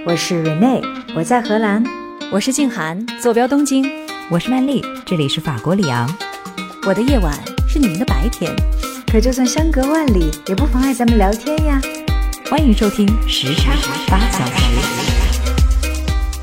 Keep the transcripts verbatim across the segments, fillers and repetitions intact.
我是 Renee， 我在荷兰。 我是静涵，坐标东京。 我是曼丽，这里是法国里昂。 我的夜晚是你们的白天， 可就算相隔万里，也不妨碍咱们聊天呀。 欢迎收听时差八小时。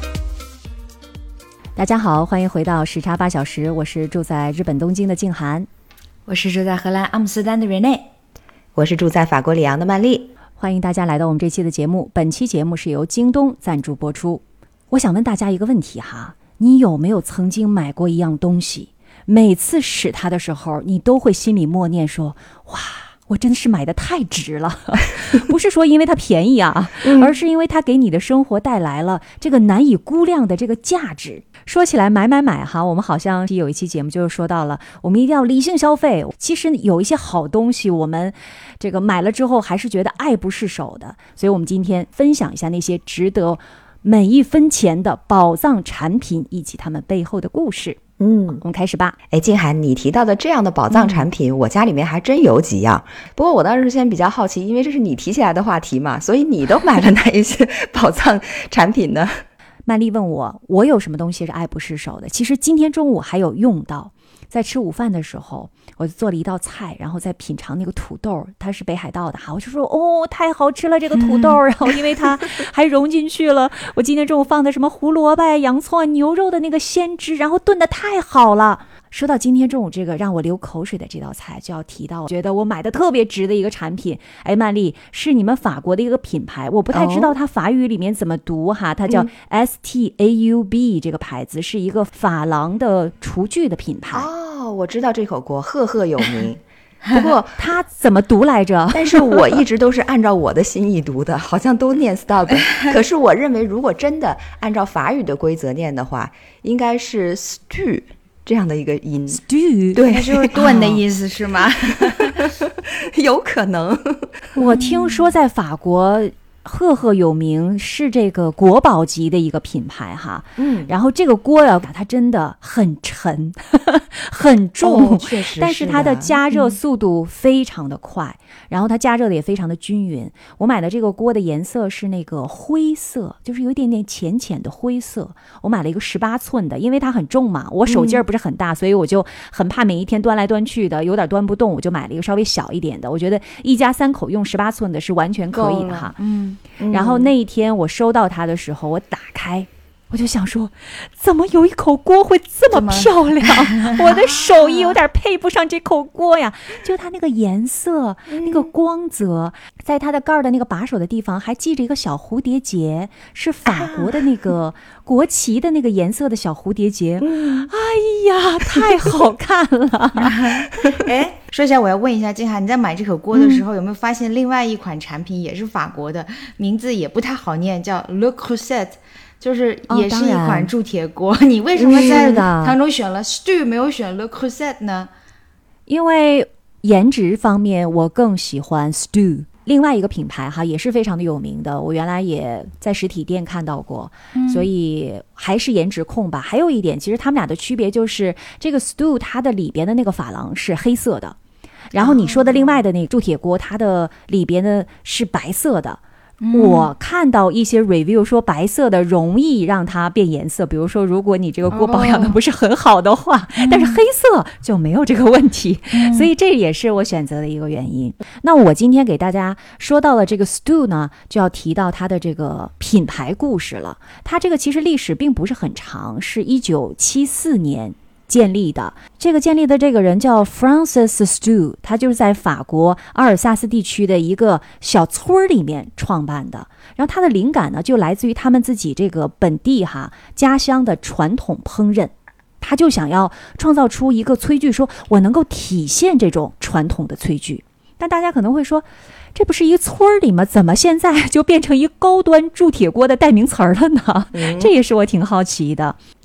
大家好，欢迎回到时差八小时，我是住在日本东京的静涵。 我是住在荷兰阿姆斯特丹的 Renee。 我是住在法国里昂的曼丽。 欢迎大家来到我们这期的节目，本期节目是由京东赞助播出。我想问大家一个问题哈，你有没有曾经买过一样东西，每次使它的时候，你都会心里默念说，哇，我真的是买的太值了。不是说因为它便宜啊、嗯、而是因为它给你的生活带来了这个难以估量的这个价值。说起来买买买哈，我们好像有一期节目就是说到了，我们一定要理性消费。其实有一些好东西，我们这个买了之后还是觉得爱不释手的。所以我们今天分享一下那些值得每一分钱的宝藏产品以及他们背后的故事。嗯，我们开始吧。 哎，静涵，你提到的这样的宝藏产品、嗯、我家里面还真有几样。不过我当时现在比较好奇，因为这是你提起来的话题嘛，所以你都买了哪一些宝藏产品呢？ 曼丽问我，我有什么东西是爱不释手的？其实今天中午还有用到，在吃午饭的时候，我就做了一道菜，然后在品尝那个土豆，它是北海道的哈，我就说哦，太好吃了这个土豆，然后因为它还融进去了我今天中午放的什么胡萝卜、洋葱、牛肉的那个鲜汁，然后炖得太好了。说到今天中午这个让我流口水的这道菜，就要提到我觉得我买的特别值的一个产品。哎，曼丽，是你们法国的一个品牌，我不太知道它法语里面怎么读哈，它叫 S T A U B、嗯、这个牌子是一个珐琅的厨具的品牌。 哦，我知道这口锅赫赫有名。不过它怎么读来着？ 但是我一直都是按照我的心意读的，好像都念 stub。可是我认为，如果真的按照法语的规则念的话，应该是 stew 这样的一个音。 stew， 对，它就是炖的意思、哦、是吗？ 有可能。 我听说在法国赫赫有名，是这个国宝级的一个品牌哈，嗯，然后这个锅呀，它真的很沉，很重， 哦、确实是， 但是它的加热速度非常的快、嗯，然后它加热的也非常的均匀。我买的这个锅的颜色是那个灰色，就是有一点点浅浅的灰色。我买了一个十八寸的，因为它很重嘛，我手劲儿不是很大、嗯，所以我就很怕每一天端来端去的，有点端不动，我就买了一个稍微小一点的。我觉得一家三口用十八寸的是完全可以的哈，嗯。然后那一天我收到它的时候，我打开我就想说，怎么有一口锅会这么漂亮？我的手艺有点配不上这口锅呀。就它那个颜色、嗯、那个光泽，在它的盖的那个把手的地方还系着一个小蝴蝶结，是法国的那个国旗的那个颜色的小蝴蝶结、嗯、哎呀，太好看了。 哎，说起来我要问一下静涵，你在买这口锅的时候、嗯、有没有发现另外一款产品也是法国的，名字也不太好念，叫 Le Creuset，就是也是一款铸铁锅、哦、你为什么在当中选了 stew 没有选 Le Creuset 呢？ 因为颜值方面我更喜欢 stew。另外一个品牌哈也是非常的有名的，我原来也在实体店看到过、嗯、所以还是颜值控吧。还有一点，其实他们俩的区别就是这个 stew 它的里边的那个珐琅是黑色的，然后你说的另外的那个铸铁锅它的里边的是白色的。我看到一些 review 说白色的容易让它变颜色，比如说如果你这个锅保养的不是很好的话、哦、但是黑色就没有这个问题、嗯、所以这也是我选择的一个原因。那我今天给大家说到了这个 stew 呢，就要提到它的这个品牌故事了。它这个其实历史并不是很长，是一九七四年建立的。这个建立的这个人叫 Francis Stew， 他就是在法国阿尔萨斯地区的一个小村里面创办的。然后他的灵感呢，就来自于他们自己这个本地哈家乡的传统烹饪。他就想要创造出一个炊具，说我能够体现这种传统的炊具。但大家可能会说，这不是一个村里吗？怎么现在就变成一个高端铸铁锅的代名词了呢？嗯、这也是我挺好奇的。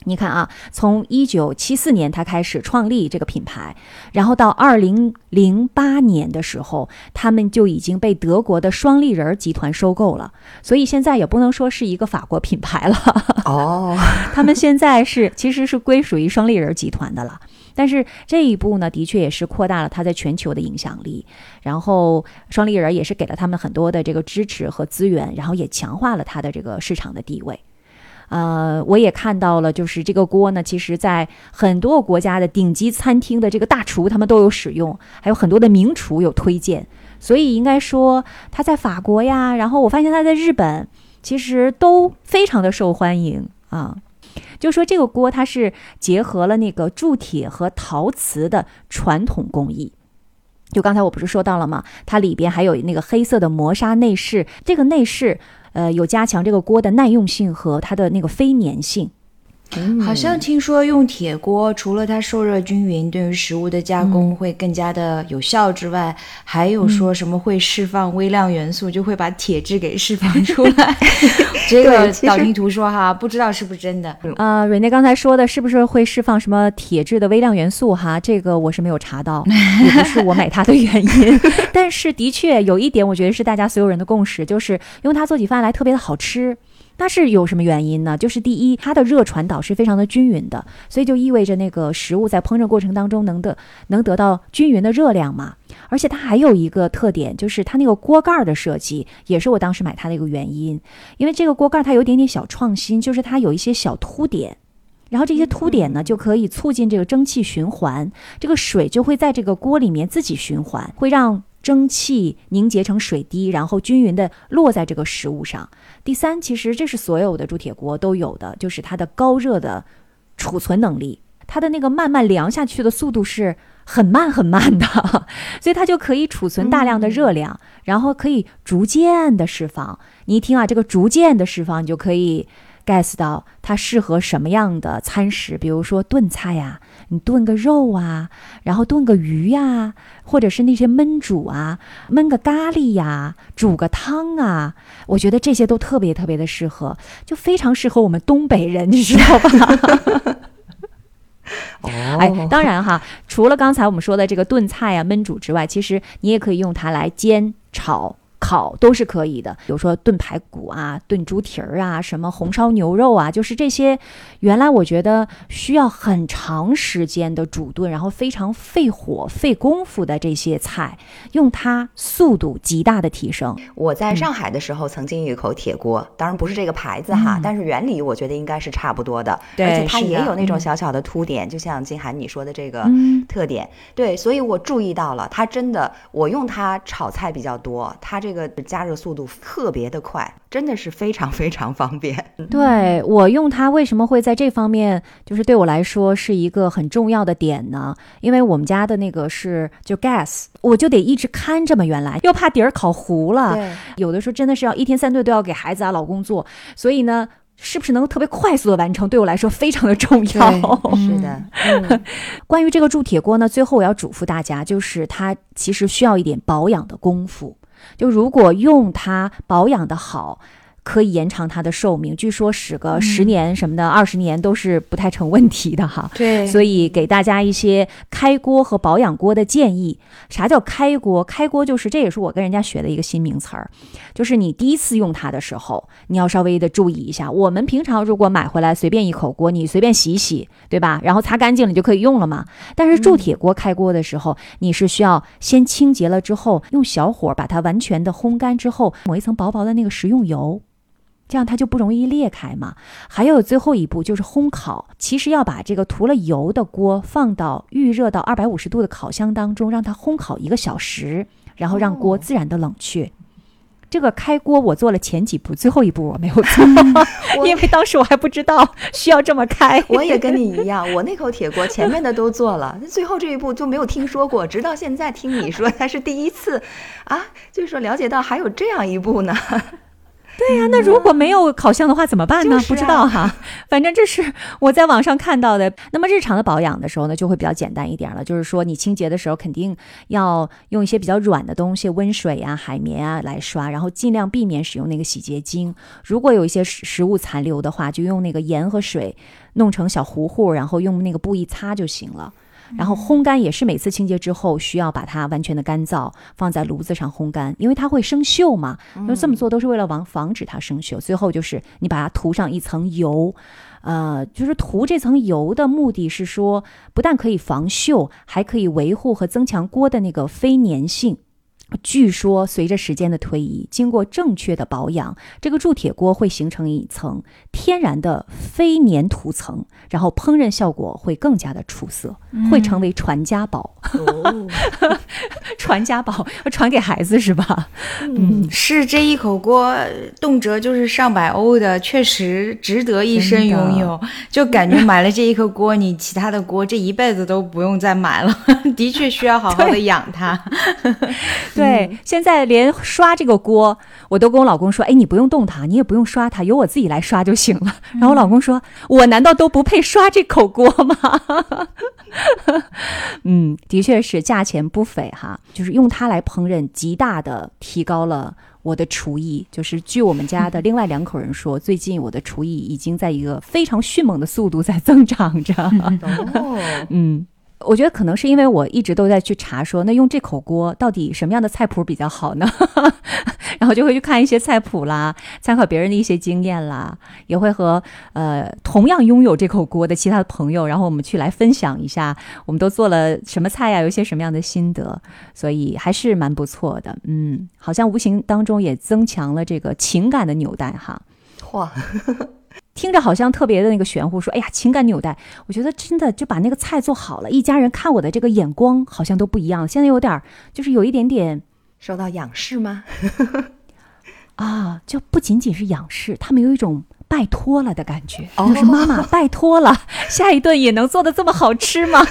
你看啊，从一九七四年他开始创立这个品牌，然后到二零零八年的时候，他们就已经被德国的双立人集团收购了，所以现在也不能说是一个法国品牌了。 哦， 他们现在是其实是归属于双立人集团的了。但是这一步呢，的确也是扩大了它在全球的影响力，然后双立人也是给了他们很多的这个支持和资源，然后也强化了它的这个市场的地位。呃，我也看到了，就是这个锅呢，其实在很多国家的顶级餐厅的这个大厨他们都有使用，还有很多的名厨有推荐，所以应该说它在法国呀，然后我发现它在日本其实都非常的受欢迎啊。就说这个锅它是结合了那个铸铁和陶瓷的传统工艺，就刚才我不是说到了吗？它里边还有那个黑色的磨砂内饰，这个内饰呃有加强这个锅的耐用性和它的那个非粘性。 嗯、好像听说用铁锅除了它受热均匀，对于食物的加工会更加的有效之外、嗯、还有说什么会释放微量元素、嗯、就会把铁质给释放出来这个道听途说哈，不知道是不是真的。 呃，瑞内刚才说的是不是会释放什么铁质的微量元素哈，这个我是没有查到，也不是我买它的原因但是的确有一点我觉得是大家所有人的共识，就是用它做起饭来特别的好吃。那是有什么原因呢？就是第一，它的热传导是非常的均匀的，所以就意味着那个食物在烹饪过程当中能得能得到均匀的热量嘛。而且它还有一个特点，就是它那个锅盖的设计也是我当时买它的一个原因，因为这个锅盖它有一点点小创新，就是它有一些小凸点，然后这些凸点呢就可以促进这个蒸汽循环，这个水就会在这个锅里面自己循环，会让蒸汽凝结成水滴，然后均匀的落在这个食物上。第三，其实这是所有的铸铁锅都有的，就是它的高热的储存能力，它的那个慢慢凉下去的速度是很慢很慢的，所以它就可以储存大量的热量、嗯、然后可以逐渐的释放。你一听啊，这个逐渐的释放，你就可以 guess 到它适合什么样的餐食，比如说炖菜呀、啊，你炖个肉啊，然后炖个鱼呀，或者是那些焖煮啊，焖个咖喱呀，煮个汤啊，我觉得这些都特别特别的适合，就非常适合我们东北人，你知道吧哦， 哎，当然哈，除了刚才我们说的这个炖菜啊、焖煮之外，其实你也可以用它来煎、炒、烤都是可以的，比如说炖排骨啊、炖猪蹄儿啊、什么红烧牛肉啊，就是这些原来我觉得需要很长时间的煮炖，然后非常费火费功夫的这些菜，用它速度极大的提升。 我在上海的时候曾经有一口铁锅、嗯、当然不是这个牌子哈、嗯、但是原理我觉得应该是差不多的，而且它也有那种小小的凸点、嗯、就像金涵你说的这个特点、嗯、对，所以我注意到了它真的，我用它炒菜比较多，它这个加热速度特别的快，真的是非常非常方便。 对，我用它为什么会在这方面就是对我来说是一个很重要的点呢？因为我们家的那个是就 gas， 我就得一直看着嘛，原来又怕底儿烤糊了，有的时候真的是要一天三顿都要给孩子啊老公做，所以呢是不是能特别快速的完成对我来说非常的重要。 是的、 嗯、关于这个铸铁锅呢，最后我要嘱咐大家，就是它其实需要一点保养的功夫，就如果用它保养的好，可以延长它的寿命，据说使个十年什么的、二十、嗯、年都是不太成问题的哈。 对， 所以给大家一些开锅和保养锅的建议。啥叫开锅？开锅就是，这也是我跟人家学的一个新名词儿，就是你第一次用它的时候，你要稍微的注意一下。我们平常如果买回来随便一口锅，你随便洗一洗，对吧？然后擦干净了就可以用了嘛。但是铸铁锅开锅的时候、嗯，你是需要先清洁了之后，用小火把它完全的烘干之后，抹一层薄薄的那个食用油。这样它就不容易裂开嘛。还有最后一步就是烘烤，其实要把这个涂了油的锅放到预热到二百五十度的烤箱当中，让它烘烤一个小时，然后让锅自然的冷却。哦，这个开锅我做了前几步，最后一步我没有做、嗯、因为当时我还不知道需要这么开。 我也跟你一样，我那口铁锅前面的都做了，最后这一步就没有听说过，直到现在听你说才是第一次啊，就是说了解到还有这样一步呢。 对呀、啊，那如果没有烤箱的话怎么办呢？ 就是啊、 不知道哈，反正这是我在网上看到的。那么日常的保养的时候呢，就会比较简单一点了，就是说你清洁的时候肯定要用一些比较软的东西，温水啊、海绵啊来刷，然后尽量避免使用那个洗洁精。如果有一些食物残留的话，就用那个盐和水弄成小糊糊，然后用那个布一擦就行了。然后烘干也是每次清洁之后需要把它完全的干燥，放在炉子上烘干，因为它会生锈嘛。那这么做都是为了防防止它生锈。最后就是你把它涂上一层油，呃，就是涂这层油的目的是说，不但可以防锈，还可以维护和增强锅的那个非粘性。据说随着时间的推移，经过正确的保养，这个铸铁锅会形成一层天然的非粘土层，然后烹饪效果会更加的出色，嗯、会成为传家宝。哦、传家宝传给孩子是吧？ 嗯，是这一口锅动辄就是上百欧的，确实值得一生拥有。就感觉买了这一口锅，你其他的锅这一辈子都不用再买了。的确需要好好的养它。 对、嗯，现在连刷这个锅，我都跟我老公说，哎，你不用动它，你也不用刷它，由我自己来刷就行了。然后我老公说，我难道都不配刷这口锅吗？嗯，的确是价钱不菲哈，就是用它来烹饪，极大的提高了我的厨艺。就是据我们家的另外两口人说，最近我的厨艺已经在一个非常迅猛的速度在增长着。哦，嗯。我觉得可能是因为我一直都在去查说，那用这口锅到底什么样的菜谱比较好呢？然后就会去看一些菜谱啦，参考别人的一些经验啦，也会和呃同样拥有这口锅的其他的朋友，然后我们去来分享一下我们都做了什么菜呀，有一些什么样的心得，所以还是蛮不错的。嗯，好像无形当中也增强了这个情感的纽带哈。 哇。 听着好像特别的那个玄乎，说哎呀情感纽带，我觉得真的就把那个菜做好了，一家人看我的这个眼光好像都不一样。现在有点就是有一点点受到仰视吗？ 啊，就不仅仅是仰视，他们有一种拜托了的感觉，哦、就是妈妈拜托了，下一顿也能做得这么好吃吗？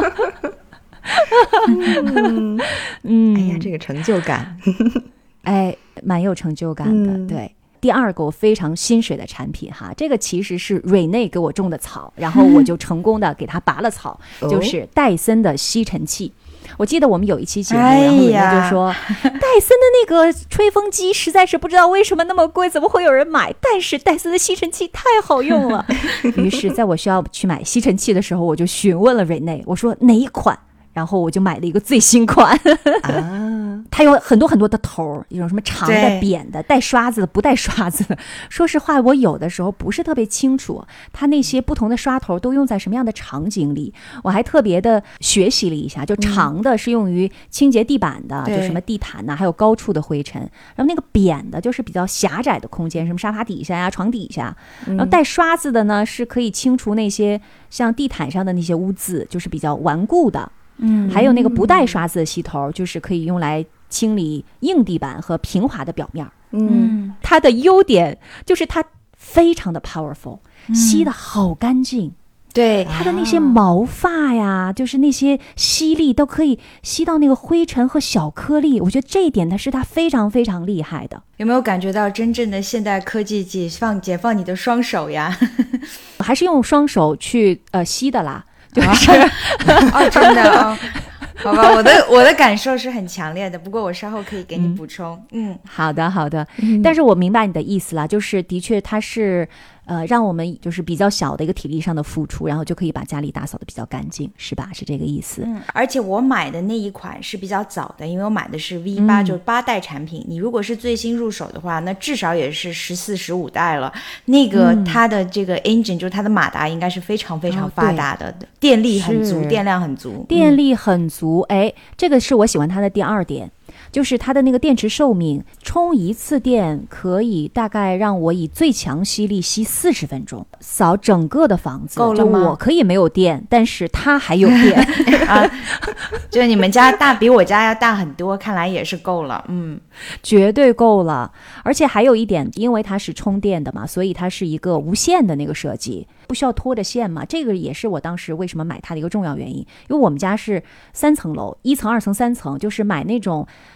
嗯, 嗯，哎呀，这个成就感， 哎，蛮有成就感的，嗯、对。第二个我非常心水的产品哈，这个其实是瑞内给我种的草，然后我就成功的给它拔了草，嗯、就是戴森的吸尘器。我记得我们有一期节目， 哎、 然后瑞内就说戴森的那个吹风机实在是不知道为什么那么贵，怎么会有人买？但是戴森的吸尘器太好用了。于是在我需要去买吸尘器的时候，我就询问了瑞内，我说哪一款？然后我就买了一个最新款。啊，它有很多很多的头，有什么长的、扁的、带刷子的、不带刷子的。说实话，我有的时候不是特别清楚它那些不同的刷头都用在什么样的场景里。我还特别的学习了一下，就长的是用于清洁地板的，嗯、就什么地毯呐、啊，还有高处的灰尘。然后那个扁的就是比较狭窄的空间，什么沙发底下呀、床底下。然后带刷子的呢，是可以清除那些像地毯上的那些污渍，就是比较顽固的。嗯，还有那个不带刷子的吸头，就是可以用来清理硬地板和平滑的表面。嗯，它的优点就是它非常的 powerful，、嗯、吸得好干净。 对， 它的那些毛发呀，啊、就是那些吸力都可以吸到那个灰尘和小颗粒。我觉得这一点它是它非常非常厉害的。 有没有感觉到真正的现代科技解放解放你的双手呀？ 我还是用双手去呃吸的啦。就是、 啊、哦，真的哦，好吧，我的我的感受是很强烈的，不过我稍后可以给你补充。嗯， 嗯好的好的、嗯，但是我明白你的意思啦，就是的确它是呃让我们就是比较小的一个体力上的付出，然后就可以把家里打扫的比较干净，是吧？是这个意思。 嗯，而且我买的那一款是比较早的，因为我买的是 V 八、嗯，就是八代产品。你如果是最新入手的话，那至少也是十四、十五代了。那个它的这个 engine、嗯、就是它的马达应该是非常非常发达的，哦、电力很足，电量很足， 电力很足。哎，这个是我喜欢它的第二点。就是它的那个电池寿命，充一次电可以大概让我以最强吸力吸四十分钟，扫整个的房子。 够了吗？ 就我可以没有电，但是它还有电啊！就你们家大，比我家要大很多，看来也是够了。嗯， 绝对够了。而且还有一点，因为它是充电的嘛，所以它是一个无线的那个设计，不需要拖着线嘛。这个也是我当时为什么买它的一个重要原因，因为我们家是三层楼，一层、二层、三层，就是买那种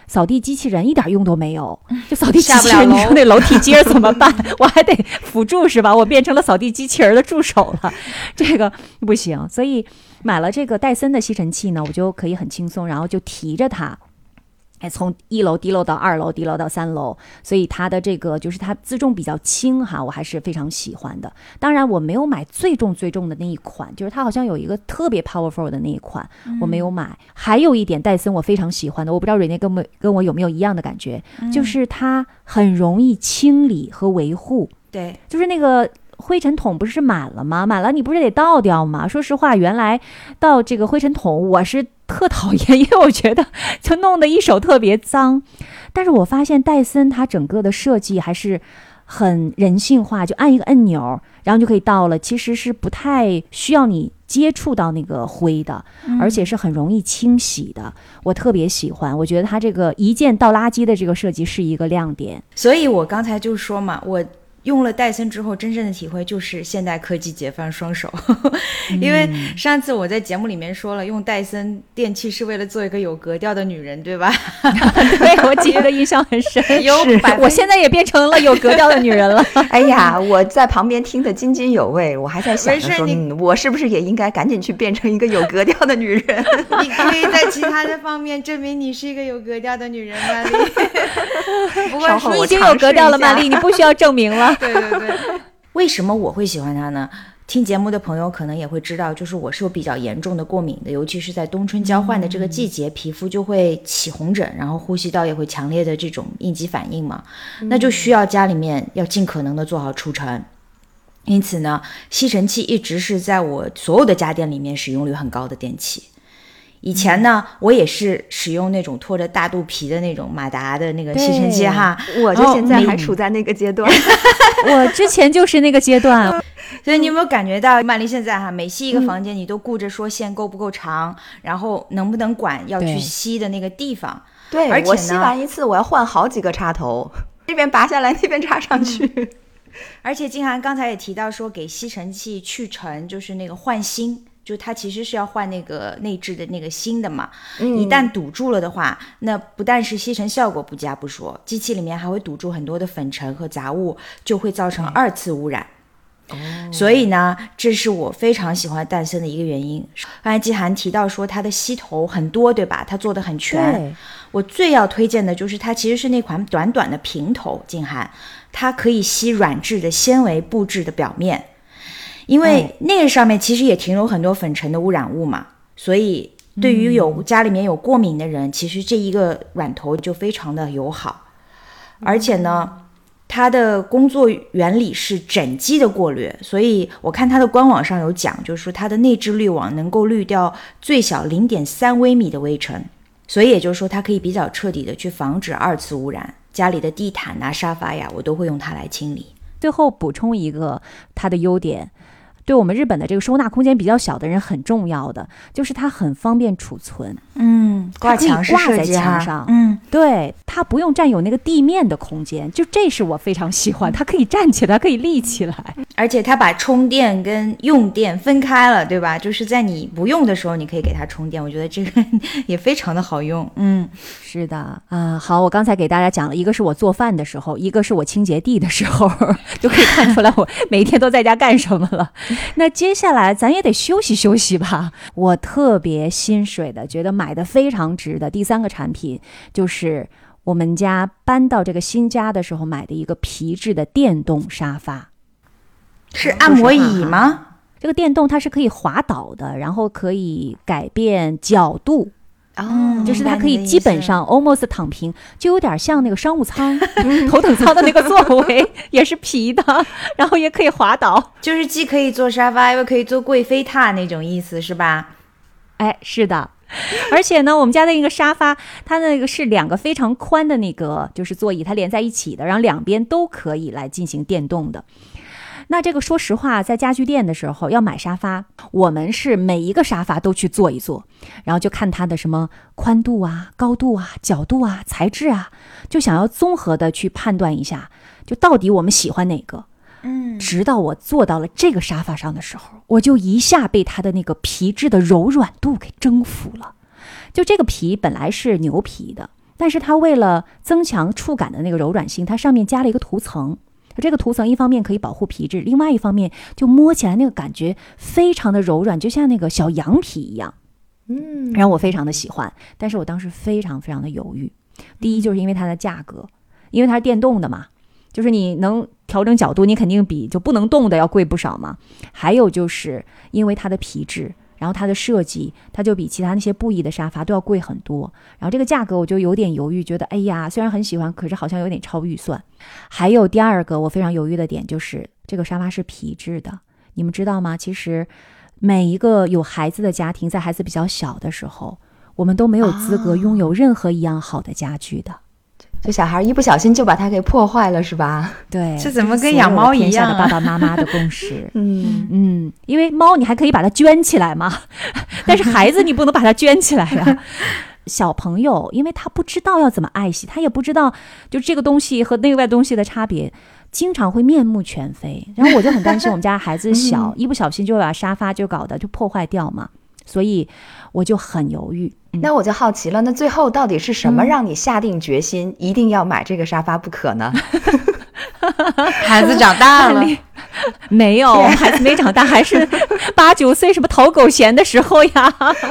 扫地机器人一点用都没有，就扫地机器人，你说那楼梯阶怎么办？我还得辅助是吧？我变成了扫地机器人的助手了，这个不行。所以买了这个戴森的吸尘器呢，我就可以很轻松，然后就提着它。哎，从一楼滴漏到二楼，滴漏到三楼，所以它的这个就是它自重比较轻哈，我还是非常喜欢的。当然我没有买最重最重的那一款，就是它好像有一个特别 powerful 的那一款，嗯、我没有买。还有一点戴森我非常喜欢的，我不知道瑞内跟我跟我有没有一样的感觉、嗯，就是它很容易清理和维护。 对， 就是那个。灰尘桶不是满了吗？满了你不是得倒掉吗？说实话，原来倒这个灰尘桶我是特讨厌，因为我觉得就弄得一手特别脏。但是我发现戴森它整个的设计还是很人性化，就按一个按钮，然后就可以倒了。其实是不太需要你接触到那个灰的，而且是很容易清洗的。我特别喜欢，我觉得它这个一键倒垃圾的这个设计是一个亮点。 所以我刚才就说嘛，我用了戴森之后真正的体会就是现代科技解放双手因为上次我在节目里面说了，用戴森电器是为了做一个有格调的女人，对吧对，我记得印象很深有我现在也变成了有格调的女人了哎呀，我在旁边听得津津有味，我还在想着说、嗯、我是不是也应该赶紧去变成一个有格调的女人你可以在其他的方面证明你是一个有格调的女人，曼丽不过你已经有格调了，曼丽，你不需要证明了对对对，为什么我会喜欢它呢？听节目的朋友可能也会知道，就是我是有比较严重的过敏的，尤其是在冬春交换的这个季节、嗯、皮肤就会起红疹，然后呼吸道也会强烈的这种应激反应嘛、嗯、那就需要家里面要尽可能的做好除尘。因此呢，吸尘器一直是在我所有的家电里面使用率很高的电器。以前呢、嗯、我也是使用那种拖着大肚皮的那种马达的那个吸尘器哈， 我就现在还处在那个阶段我之前就是那个阶段所以你有没有感觉到曼丽现在哈，每吸一个房间、嗯、你都顾着说线够不够长，然后能不能管要去吸的那个地方。 对， 而且我吸完一次我要换好几个插头，这边拔下来那边插上去、嗯、 而且静涵刚才也提到说给吸尘器去尘，就是那个换芯，就它其实是要换那个内置的那个新的嘛、嗯、一旦堵住了的话，那不但是吸尘效果不佳不说，机器里面还会堵住很多的粉尘和杂物，就会造成二次污染、嗯、所以呢这是我非常喜欢戴森的一个原因。刚才季涵提到说它的吸头很多对吧，它做的很全，我最要推荐的就是它其实是那款短短的平头，静涵它可以吸软质的纤维布质的表面，因为那个上面其实也停留很多粉尘的污染物嘛，所以对于有家里面有过敏的人、嗯、其实这一个软头就非常的友好。而且呢它的工作原理是整机的过滤，所以我看它的官网上有讲，就是说它的内置滤网能够滤掉最小 零点三微米的微尘，所以也就是说它可以比较彻底的去防止二次污染。家里的地毯啊沙发呀我都会用它来清理。 最后补充一个它的优点，对我们日本的这个收纳空间比较小的人很重要的，就是它很方便储存。 嗯，挂墙式设计挂在墙上。 嗯， 对，它不用占有那个地面的空间，就这是我非常喜欢，它可以站起来，可以立起来， 而且它把充电跟用电分开了，对吧？就是在你不用的时候你可以给它充电，我觉得这个也非常的好用。嗯， 是的啊、呃，好，我刚才给大家讲了，一个是我做饭的时候，一个是我清洁地的时候，就可以看出来我每天都在家干什么了。那接下来咱也得休息休息吧。我特别心水的，觉得买的非常值的第三个产品，就是我们家搬到这个新家的时候买的一个皮质的电动沙发。 是按摩椅吗？ 这个电动它是可以滑倒的，然后可以改变角度。 哦， 就是它可以基本上 almost 躺平，就有点像那个商务舱头等舱的那个座位也是皮的，然后也可以滑倒， 就是既可以坐沙发又可以坐贵妃榻那种意思是吧？ 哎，是的。而且呢我们家的那个沙发它那个是两个非常宽的那个就是座椅，它连在一起的，然后两边都可以来进行电动的。那这个说实话，在家具店的时候要买沙发，我们是每一个沙发都去坐一坐，然后就看它的什么宽度啊、高度啊、角度啊、材质啊，就想要综合的去判断一下，就到底我们喜欢哪个。 嗯， 直到我坐到了这个沙发上的时候，我就一下被它的那个皮质的柔软度给征服了。就这个皮本来是牛皮的， 但是它为了增强触感的那个柔软性，它上面加了一个涂层。这个涂层一方面可以保护皮质，另外一方面就摸起来那个感觉非常的柔软，就像那个小羊皮一样。 嗯， 然后我非常的喜欢，但是我当时非常非常的犹豫。第一就是因为它的价格，因为它是电动的嘛，就是你能调整角度，你肯定比就不能动的要贵不少嘛。还有就是因为它的皮质，然后它的设计，它就比其他那些布艺的沙发都要贵很多。然后这个价格我就有点犹豫，觉得哎呀，虽然很喜欢，可是好像有点超预算。还有第二个我非常犹豫的点就是这个沙发是皮质的，你们知道吗？其实每一个有孩子的家庭，在孩子比较小的时候，我们都没有资格拥有任何一样好的家具的。 就小孩一不小心就把它给破坏了，是吧？ 对， 这怎么跟养猫一样、啊？ 的爸爸妈妈的共识。 嗯嗯，因为猫你还可以把它圈起来嘛，但是孩子你不能把它圈起来呀、啊。小朋友，因为他不知道要怎么爱惜，他也不知道就这个东西和那个东西的差别，经常会面目全非。然后我就很担心我们家孩子小，一不小心就会把沙发就搞得就破坏掉嘛，所以我就很犹豫。 嗯、那我就好奇了，那最后到底是什么让你下定决心、嗯、一定要买这个沙发不可呢？ 孩子长大了没有，孩子没长大，还是八九岁什么讨狗嫌的时候呀。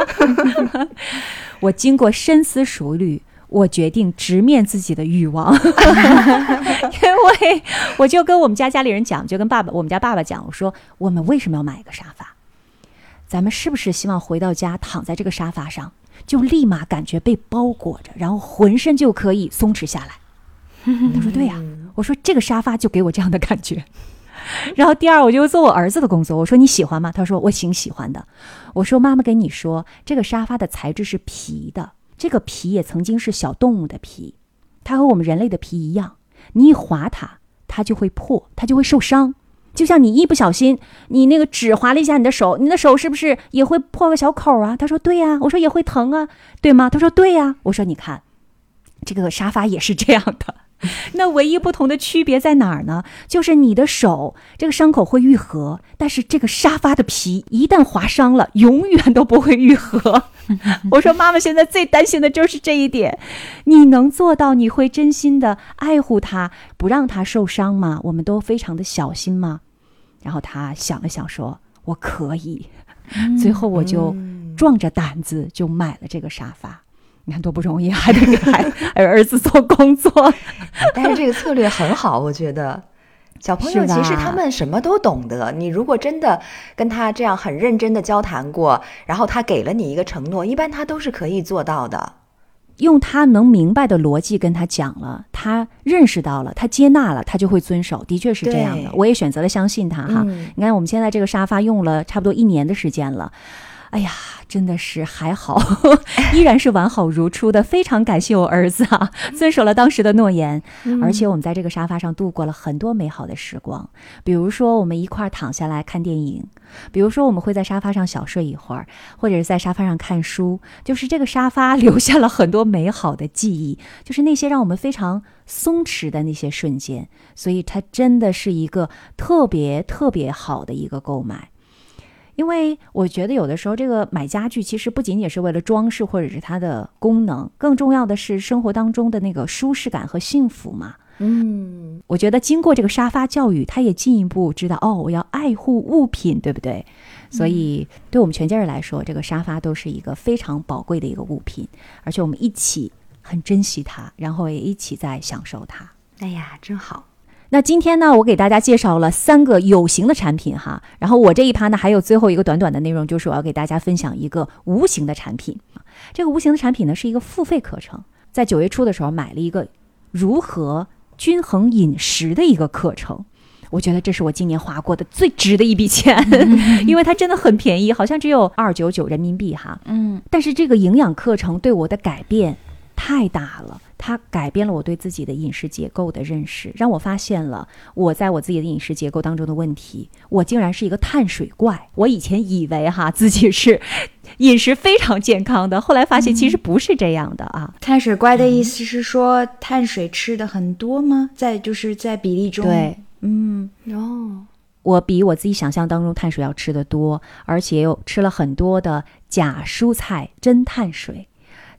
我经过深思熟虑，我决定直面自己的欲望。因为我就跟我们家家里人讲，就跟爸爸我们家爸爸讲，我说我们为什么要买一个沙发？咱们是不是希望回到家躺在这个沙发上就立马感觉被包裹着，然后浑身就可以松弛下来？他说对呀、啊。我说这个沙发就给我这样的感觉。然后第二，我就做我儿子的工作，我说你喜欢吗？他说我挺喜欢的。我说妈妈跟你说，这个沙发的材质是皮的，这个皮也曾经是小动物的皮，它和我们人类的皮一样，你一划它它就会破，它就会受伤。就像你一不小心你那个纸划了一下你的手，你的手是不是也会破个小口啊？他说对呀、啊。我说也会疼啊，对吗？他说对呀、啊。我说你看这个沙发也是这样的。那唯一不同的区别在哪儿呢？就是你的手这个伤口会愈合，但是这个沙发的皮一旦划伤了永远都不会愈合。我说妈妈现在最担心的就是这一点，你能做到你会真心的爱护它，不让它受伤吗？我们都非常的小心吗？然后他想了想说我可以、嗯、最后我就壮着胆子就买了这个沙发。你看多不容易，还得给孩还有儿子做工作。 但是这个策略很好，我觉得小朋友其实他们什么都懂得，你如果真的跟他这样很认真的交谈过，然后他给了你一个承诺，一般他都是可以做到的。 用他能明白的逻辑跟他讲了，他认识到了，他接纳了，他就会遵守，的确是这样的。我也选择了相信他哈、嗯。你看我们现在这个沙发用了差不多一年的时间了，哎呀真的是还好依然是完好如初的，非常感谢我儿子啊，遵守了当时的诺言、嗯、而且我们在这个沙发上度过了很多美好的时光，比如说我们一块躺下来看电影，比如说我们会在沙发上小睡一会儿，或者是在沙发上看书，就是这个沙发留下了很多美好的记忆，就是那些让我们非常松弛的那些瞬间，所以它真的是一个特别特别好的一个购买。因为我觉得有的时候这个买家具其实不仅仅是为了装饰或者是它的功能，更重要的是生活当中的那个舒适感和幸福嘛。嗯，我觉得经过这个沙发教育，他也进一步知道哦，我要爱护物品，对不对？所以对我们全家人来说，这个沙发都是一个非常宝贵的一个物品，而且我们一起很珍惜它，然后也一起在享受它。 哎呀，真好。 那今天呢，我给大家介绍了三个有形的产品哈，然后我这一趴呢还有最后一个短短的内容，就是我要给大家分享一个无形的产品。这个无形的产品呢是一个付费课程，在九月初的时候买了一个如何均衡饮食的一个课程，我觉得这是我今年花过的最值的一笔钱，因为它真的很便宜，好像只有二百九十九人民币哈。嗯，但是这个营养课程对我的改变太大了，它改变了我对自己的饮食结构的认识，让我发现了我在我自己的饮食结构当中的问题，我竟然是一个碳水怪。我以前以为哈自己是饮食非常健康的，后来发现其实不是这样的啊。 嗯、碳水怪的意思是说、嗯、碳水吃的很多吗？在就是在比例中？ 对， 嗯， 哦，我比我自己想象当中碳水要吃的多，而且又吃了很多的假蔬菜真碳水。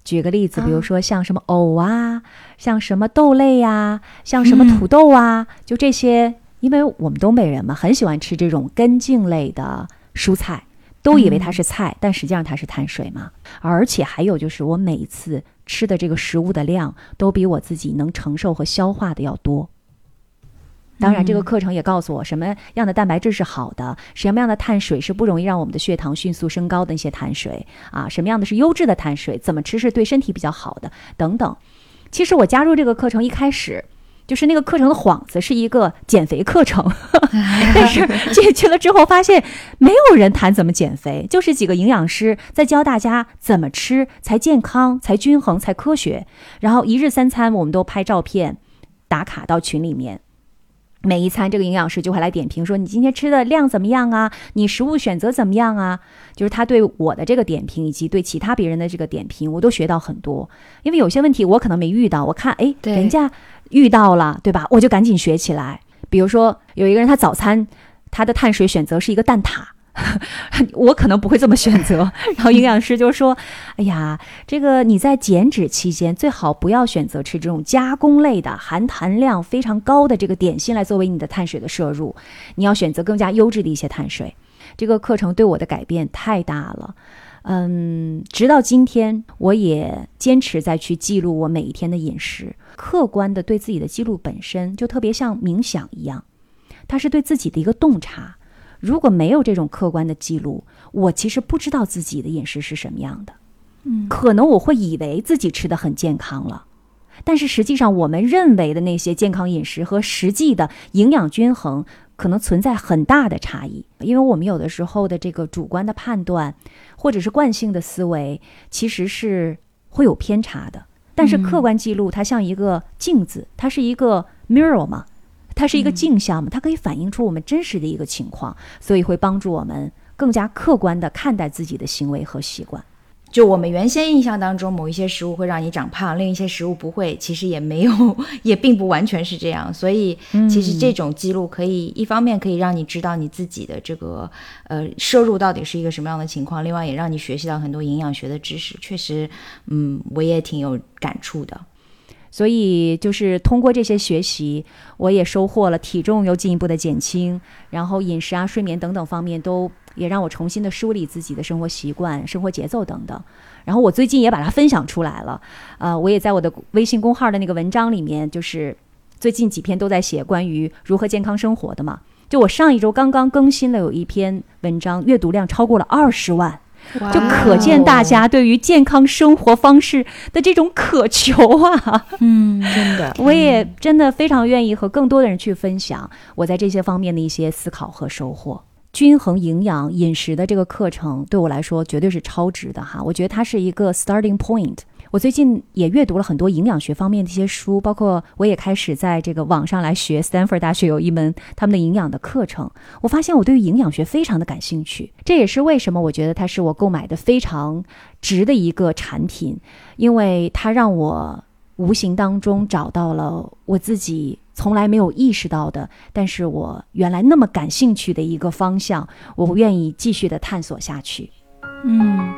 举个例子，比如说像什么藕啊，像什么豆类啊，像什么土豆啊，嗯、就这些，因为我们东北人嘛，很喜欢吃这种根茎类的蔬菜，都以为它是菜，嗯、但实际上它是碳水嘛。而且还有就是，我每一次吃的这个食物的量，都比我自己能承受和消化的要多。当然这个课程也告诉我什么样的蛋白质是好的，什么样的碳水是不容易让我们的血糖迅速升高的一些碳水啊，什么样的是优质的碳水，怎么吃是对身体比较好的等等。其实我加入这个课程一开始就是那个课程的幌子是一个减肥课程但是进去了之后发现没有人谈怎么减肥，就是几个营养师在教大家怎么吃才健康才均衡才科学，然后一日三餐我们都拍照片打卡到群里面，每一餐这个营养师就会来点评说你今天吃的量怎么样啊，你食物选择怎么样啊，就是他对我的这个点评以及对其他别人的这个点评我都学到很多。因为有些问题我可能没遇到，我看哎人家遇到了对吧，我就赶紧学起来。比如说有一个人他早餐他的碳水选择是一个蛋挞我可能不会这么选择然后营养师就说哎呀这个你在减脂期间最好不要选择吃这种加工类的含含量非常高的这个点心来作为你的碳水的摄入，你要选择更加优质的一些碳水。这个课程对我的改变太大了，嗯，直到今天我也坚持再去记录我每一天的饮食，客观的对自己的记录本身就特别像冥想一样，它是对自己的一个洞察。如果没有这种客观的记录，我其实不知道自己的饮食是什么样的，嗯，可能我会以为自己吃得很健康了，但是实际上我们认为的那些健康饮食和实际的营养均衡可能存在很大的差异。因为我们有的时候的这个主观的判断或者是惯性的思维其实是会有偏差的，但是客观记录它像一个镜子，它是一个 mirror 嘛，它是一个镜像嘛，它可以反映出我们真实的一个情况，所以会帮助我们更加客观地看待自己的行为和习惯。 就我们原先印象当中某一些食物会让你长胖，另一些食物不会，其实也没有也并不完全是这样。所以其实这种记录可以、嗯、一方面可以让你知道你自己的这个呃摄入到底是一个什么样的情况，另外也让你学习到很多营养学的知识。确实嗯，我也挺有感触的。 所以就是通过这些学习，我也收获了体重又进一步的减轻，然后饮食啊睡眠等等方面都也让我重新的梳理自己的生活习惯生活节奏等等。然后我最近也把它分享出来了，呃，我也在我的微信公号的那个文章里面，就是最近几篇都在写关于如何健康生活的嘛。就我上一周刚刚更新了有一篇文章，阅读量超过了二十万，就可见大家对于健康生活方式的这种渴求啊。 嗯，真的， 我也真的非常愿意和更多的人去分享我在这些方面的一些思考和收获。均衡营养饮食的这个课程对我来说绝对是超值的哈，我觉得它是一个 starting point。我最近也阅读了很多营养学方面的一些书，包括我也开始在这个网上来学 Stanford 大学有一门他们的营养的课程，我发现我对于营养学非常的感兴趣，这也是为什么我觉得它是我购买的非常值的一个产品，因为它让我无形当中找到了我自己从来没有意识到的，但是我原来那么感兴趣的一个方向，我愿意继续的探索下去。 嗯，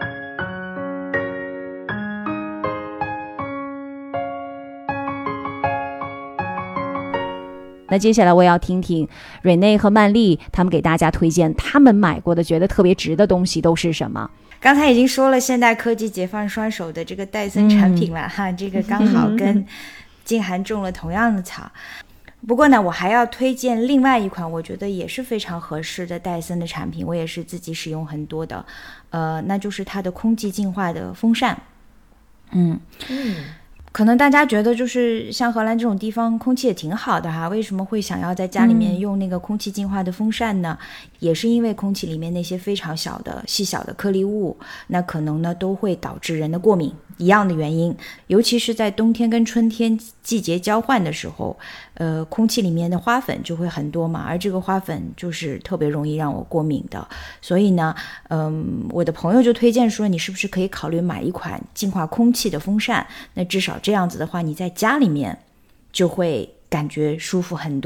那接下来我也要听听瑞内和曼丽他们给大家推荐他们买过的觉得特别值的东西都是什么。 刚才已经说了现代科技解放双手的这个戴森产品了、嗯、哈，这个刚好跟静涵种了同样的草。不过呢我还要推荐另外一款我觉得也是非常合适的戴森的产品，我也是自己使用很多的，呃，那就是它的空气净化的风扇。嗯嗯，可能大家觉得就是像荷兰这种地方空气也挺好的哈，为什么会想要在家里面用那个空气净化的风扇呢、嗯、也是因为空气里面那些非常小的细小的颗粒物，那可能呢都会导致人的过敏一样的原因，尤其是在冬天跟春天季节交换的时候，呃，空气里面的花粉就会很多嘛，而这个花粉就是特别容易让我过敏的，所以呢，嗯，我的朋友就推荐说，你是不是可以考虑买一款净化空气的风扇？那至少这样子的话，你在家里面就会感觉舒服很多。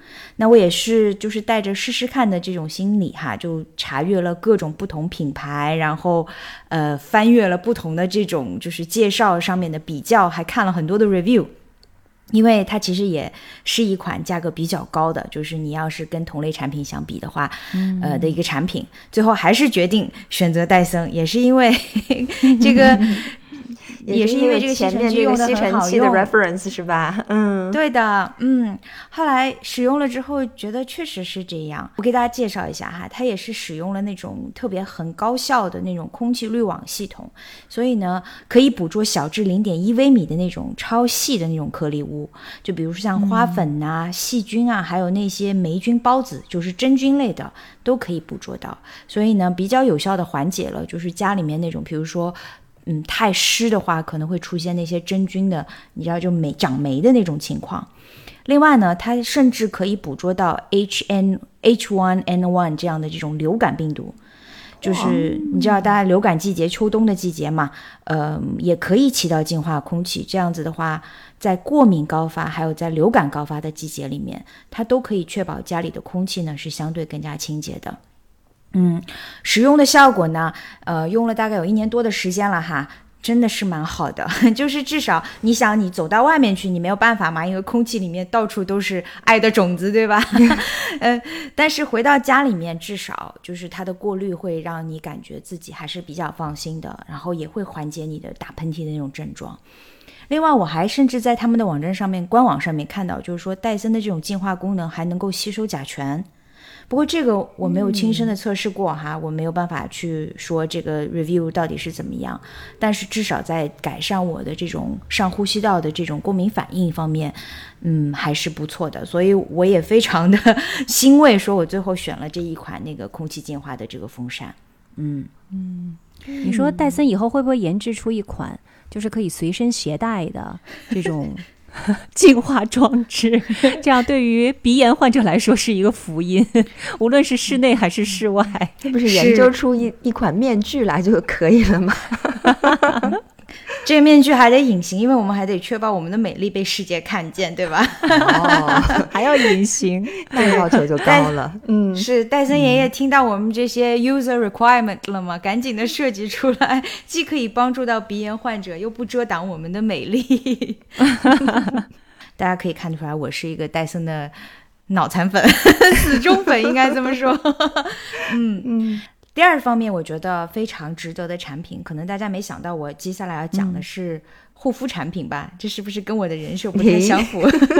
那我也是就是带着试试看的这种心理哈，就查阅了各种不同品牌，然后呃翻阅了不同的这种就是介绍上面的比较，还看了很多的 review。因为它其实也是一款价格比较高的，就是你要是跟同类产品相比的话、嗯、呃的一个产品，最后还是决定选择戴森，也是因为这个也是因为这个前面这个吸尘器的 reference 是吧？嗯， 对的，嗯，后来使用了之后觉得确实是这样。我给大家介绍一下哈，它也是使用了那种特别很高效的那种空气滤网系统，所以呢可以捕捉小至 零点一微米的那种超细的那种颗粒物，就比如说像花粉啊、嗯、细菌啊，还有那些霉菌孢子，就是真菌类的都可以捕捉到，所以呢比较有效的缓解了就是家里面那种比如说嗯，太湿的话可能会出现那些真菌的，你知道就霉长霉的那种情况。另外呢，它甚至可以捕捉到 H N H 一 N 一 这样的这种流感病毒，就是你知道大家流感季节秋冬的季节嘛，呃，也可以起到净化空气。这样子的话，在过敏高发还有在流感高发的季节里面，它都可以确保家里的空气呢是相对更加清洁的。嗯，使用的效果呢，呃，用了大概有一年多的时间了哈，真的是蛮好的。就是至少你想，你走到外面去，你没有办法嘛，因为空气里面到处都是爱的种子，对吧？呃，但是回到家里面，至少就是它的过滤会让你感觉自己还是比较放心的，然后也会缓解你的打喷嚏的那种症状。另外，我还甚至在他们的网站上面、官网上面看到，就是说戴森的这种净化功能还能够吸收甲醛。不过这个我没有亲身的测试过哈、嗯、我没有办法去说这个 review 到底是怎么样，但是至少在改善我的这种上呼吸道的这种过敏反应方面嗯，还是不错的，所以我也非常的欣慰说我最后选了这一款那个空气净化的这个风扇。嗯嗯，你说戴森以后会不会研制出一款就是可以随身携带的这种净化装置，这样对于鼻炎患者来说是一个福音，无论是室内还是室外。 这不是研究出一一款面具来就可以了吗？ 这个面具还得隐形，因为我们还得确保我们的美丽被世界看见，对吧？ 哦，还要隐形， 那要求就高了。嗯， 是戴森爷爷听到我们这些 user requirement 了吗？赶紧的设计出来，既可以帮助到鼻炎患者，又不遮挡我们的美丽。大家可以看出来，我是一个戴森的脑残粉，死忠粉，应该这么说。嗯嗯。第二方面我觉得非常值得的产品，可能大家没想到我接下来要讲的是护肤产品吧、嗯、这是不是跟我的人设不太相符？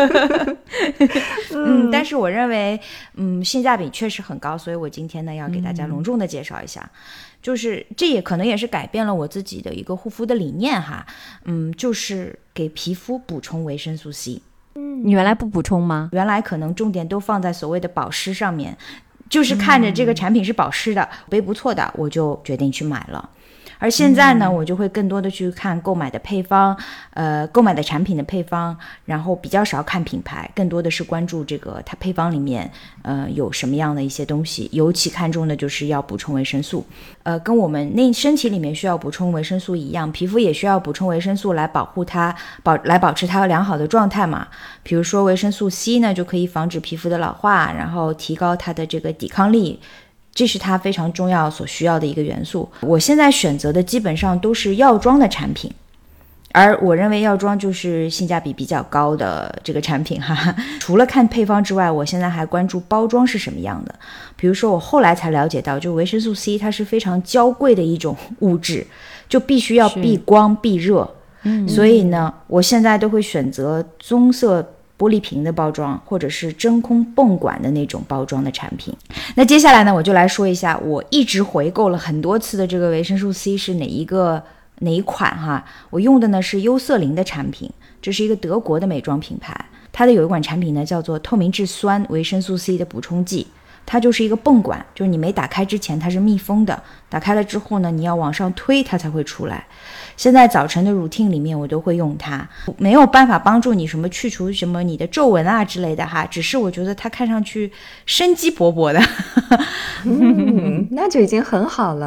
嗯，但是我认为嗯性价比确实很高，所以我今天呢要给大家隆重的介绍一下、嗯、就是这也可能也是改变了我自己的一个护肤的理念哈。嗯，就是给皮肤补充维生素 C。 你原来不补充吗？ 原来可能重点都放在所谓的保湿上面，就是看着这个产品是保湿的、嗯、背不错的，我就决定去买了。而现在呢、嗯、我就会更多的去看购买的配方，呃，购买的产品的配方，然后比较少看品牌，更多的是关注这个它配方里面呃有什么样的一些东西，尤其看重的就是要补充维生素。呃，跟我们内身体里面需要补充维生素一样，皮肤也需要补充维生素来保护它，保来保持它良好的状态嘛。比如说维生素 C 呢，就可以防止皮肤的老化，然后提高它的这个抵抗力，这是它非常重要所需要的一个元素。我现在选择的基本上都是药妆的产品，而我认为药妆就是性价比比较高的这个产品哈。除了看配方之外，我现在还关注包装是什么样的。比如说我后来才了解到，就维生素 C 它是非常娇贵的一种物质，就必须要避光避热、嗯、所以呢我现在都会选择棕色玻璃瓶的包装，或者是真空泵管的那种包装的产品。那接下来呢，我就来说一下我一直回购了很多次的这个维生素 C 是哪一个哪一款哈。我用的呢是优色林的产品，这是一个德国的美妆品牌，它的有一款产品呢叫做透明质酸维生素 C 的补充剂。它就是一个泵管，就是你没打开之前它是密封的，打开了之后呢，你要往上推它才会出来。现在早晨的 routine 里面我都会用它，没有办法帮助你什么去除什么你的皱纹啊之类的哈，只是我觉得它看上去生机勃勃的。 嗯，那就已经很好了。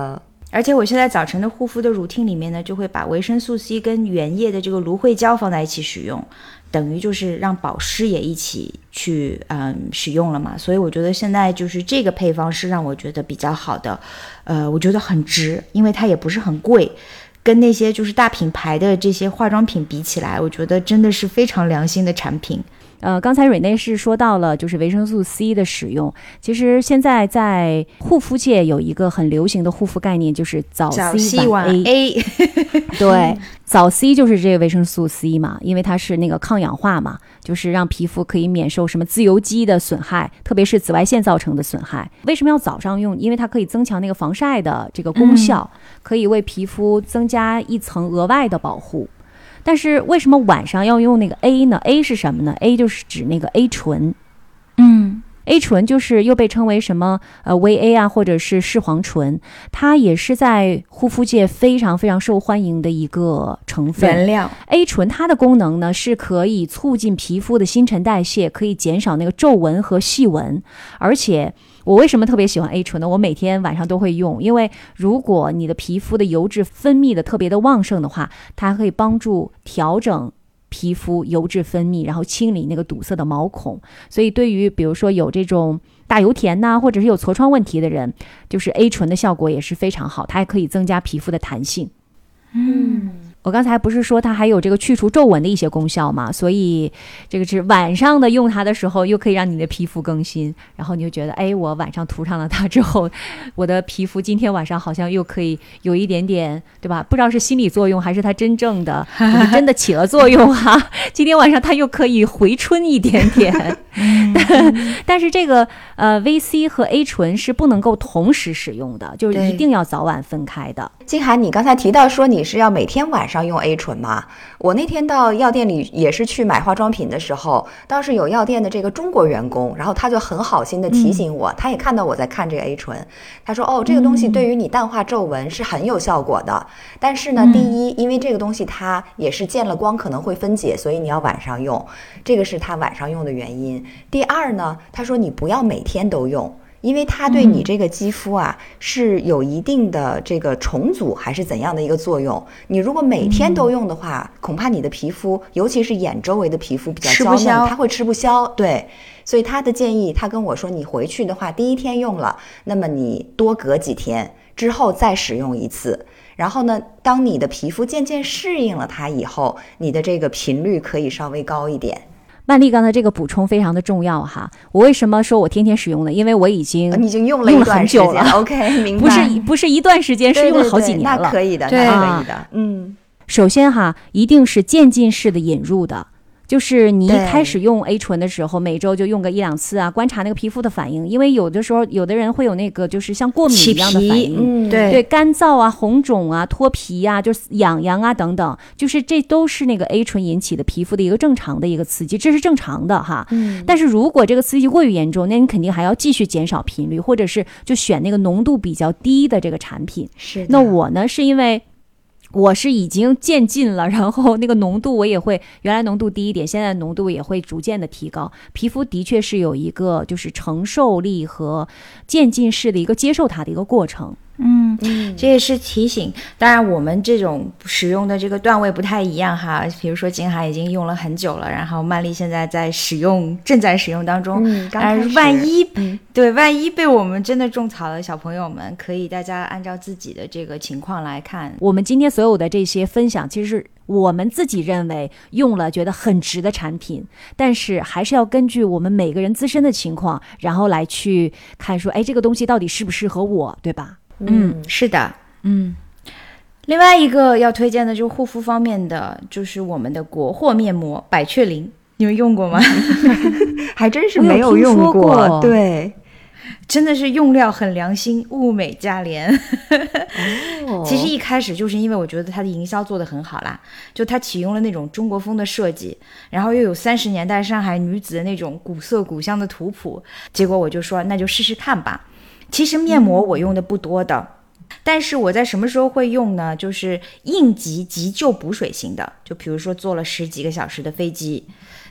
而且我现在早晨的护肤的 routine 里面呢，就会把维生素 C 跟原液的这个芦荟胶放在一起使用，等于就是让保湿也一起去嗯使用了嘛。所以我觉得现在就是这个配方是让我觉得比较好的，呃，我觉得很值，因为它也不是很贵，跟那些就是大品牌的这些化妆品比起来，我觉得真的是非常良心的产品。 呃，刚才瑞内是说到了就是维生素 C 的使用，其实现在在护肤界有一个很流行的护肤概念，就是早 C 晚 A, A 对，早 C 就是这个维生素 C 嘛，因为它是那个抗氧化嘛，就是让皮肤可以免受什么自由基的损害，特别是紫外线造成的损害。为什么要早上用？因为它可以增强那个防晒的这个功效，嗯、可以为皮肤增加一层额外的保护。但是为什么晚上要用那个 A 呢？ A 是什么呢？ A 就是指那个 A 醇，嗯 A 醇就是又被称为什么呃 V A 啊，或者是视黄醇，它也是在护肤界非常非常受欢迎的一个成分原料。 A 醇它的功能呢是可以促进皮肤的新陈代谢，可以减少那个皱纹和细纹。而且我为什么特别喜欢 A 醇呢？我每天晚上都会用，因为如果你的皮肤的油脂分泌的特别的旺盛的话，它可以帮助调整皮肤油脂分泌，然后清理那个堵塞的毛孔。所以对于比如说有这种大油田呐、啊，或者是有痤疮问题的人，就是 A 醇的效果也是非常好，它还可以增加皮肤的弹性。嗯，我刚才不是说它还有这个去除皱纹的一些功效嘛，所以这个是晚上的用它的时候又可以让你的皮肤更新，然后你就觉得哎，我晚上涂上了它之后，我的皮肤今天晚上好像又可以有一点点，对吧？不知道是心理作用还是它真正的真的起了作用哈、啊。今天晚上它又可以回春一点点。但, 但是这个呃 V C 和 A 醇是不能够同时使用的，就是一定要早晚分开的。 金涵，你刚才提到说你是要每天晚上用 A 醇吗？我那天到药店里也是去买化妆品的时候，倒是有药店的这个中国员工，然后他就很好心的提醒我、嗯、他也看到我在看这个 A 醇，他说哦，这个东西对于你淡化皱纹是很有效果的、嗯、但是呢，第一，因为这个东西它也是见了光可能会分解，所以你要晚上用，这个是他晚上用的原因。第二呢，他说你不要每天都用，因为它对你这个肌肤啊、嗯、是有一定的这个重组还是怎样的一个作用，你如果每天都用的话、嗯、恐怕你的皮肤尤其是眼周围的皮肤比较娇嫩，它会吃不消。对，所以他的建议，他跟我说你回去的话第一天用了，那么你多隔几天之后再使用一次，然后呢当你的皮肤渐渐适应了它以后，你的这个频率可以稍微高一点。 曼丽刚才这个补充非常的重要哈，我为什么说我天天使用呢？因为我已经你已经用了一段时间了 ，OK， 明白？不是不是一段时间，是用了好几年了。 那可以的，那可以的。嗯， 首先哈，一定是渐进式的引入的。就是你一开始用 A 醇的时候，每周就用个一两次啊，观察那个皮肤的反应，因为有的时候有的人会有那个就是像过敏一样的反应， 嗯、对对，干燥啊、红肿啊、脱皮啊、就是痒痒啊等等，就是这都是那个 A 醇引起的皮肤的一个正常的一个刺激，这是正常的哈。嗯、但是如果这个刺激过于严重，那你肯定还要继续减少频率，或者是就选那个浓度比较低的这个产品。 是的。 那我呢，是因为我是已经渐进了，然后那个浓度我也会，原来浓度低一点，现在浓度也会逐渐的提高。皮肤的确是有一个就是承受力和渐进式的一个接受它的一个过程。 嗯，这也是提醒。当然我们这种使用的这个段位不太一样哈，比如说金涵已经用了很久了，然后曼丽现在在使用，正在使用当中。 嗯，刚开始万一、 嗯、 对万一被我们真的种草的小朋友们，可以大家按照自己的这个情况来看。 我们今天所有的这些分享，其实是我们自己认为用了觉得很值的产品，但是还是要根据我们每个人自身的情况，然后来去看说，哎，这个东西到底适不适合我，对吧？ 嗯，是的，嗯。另外一个要推荐的就是护肤方面的，就是我们的国货面膜百雀羚，你们用过吗？ 还真是没有用 过, 过对， 真的是用料很良心，物美价廉。 哦、 其实一开始就是因为我觉得它的营销做得很好啦，就它启用了那种中国风的设计，然后又有三十年代上海女子的那种古色古香的图谱，结果我就说那就试试看吧。其实面膜我用的不多的、嗯、但是我在什么时候会用呢？就是应急急救补水型的，就比如说坐了十几个小时的飞机，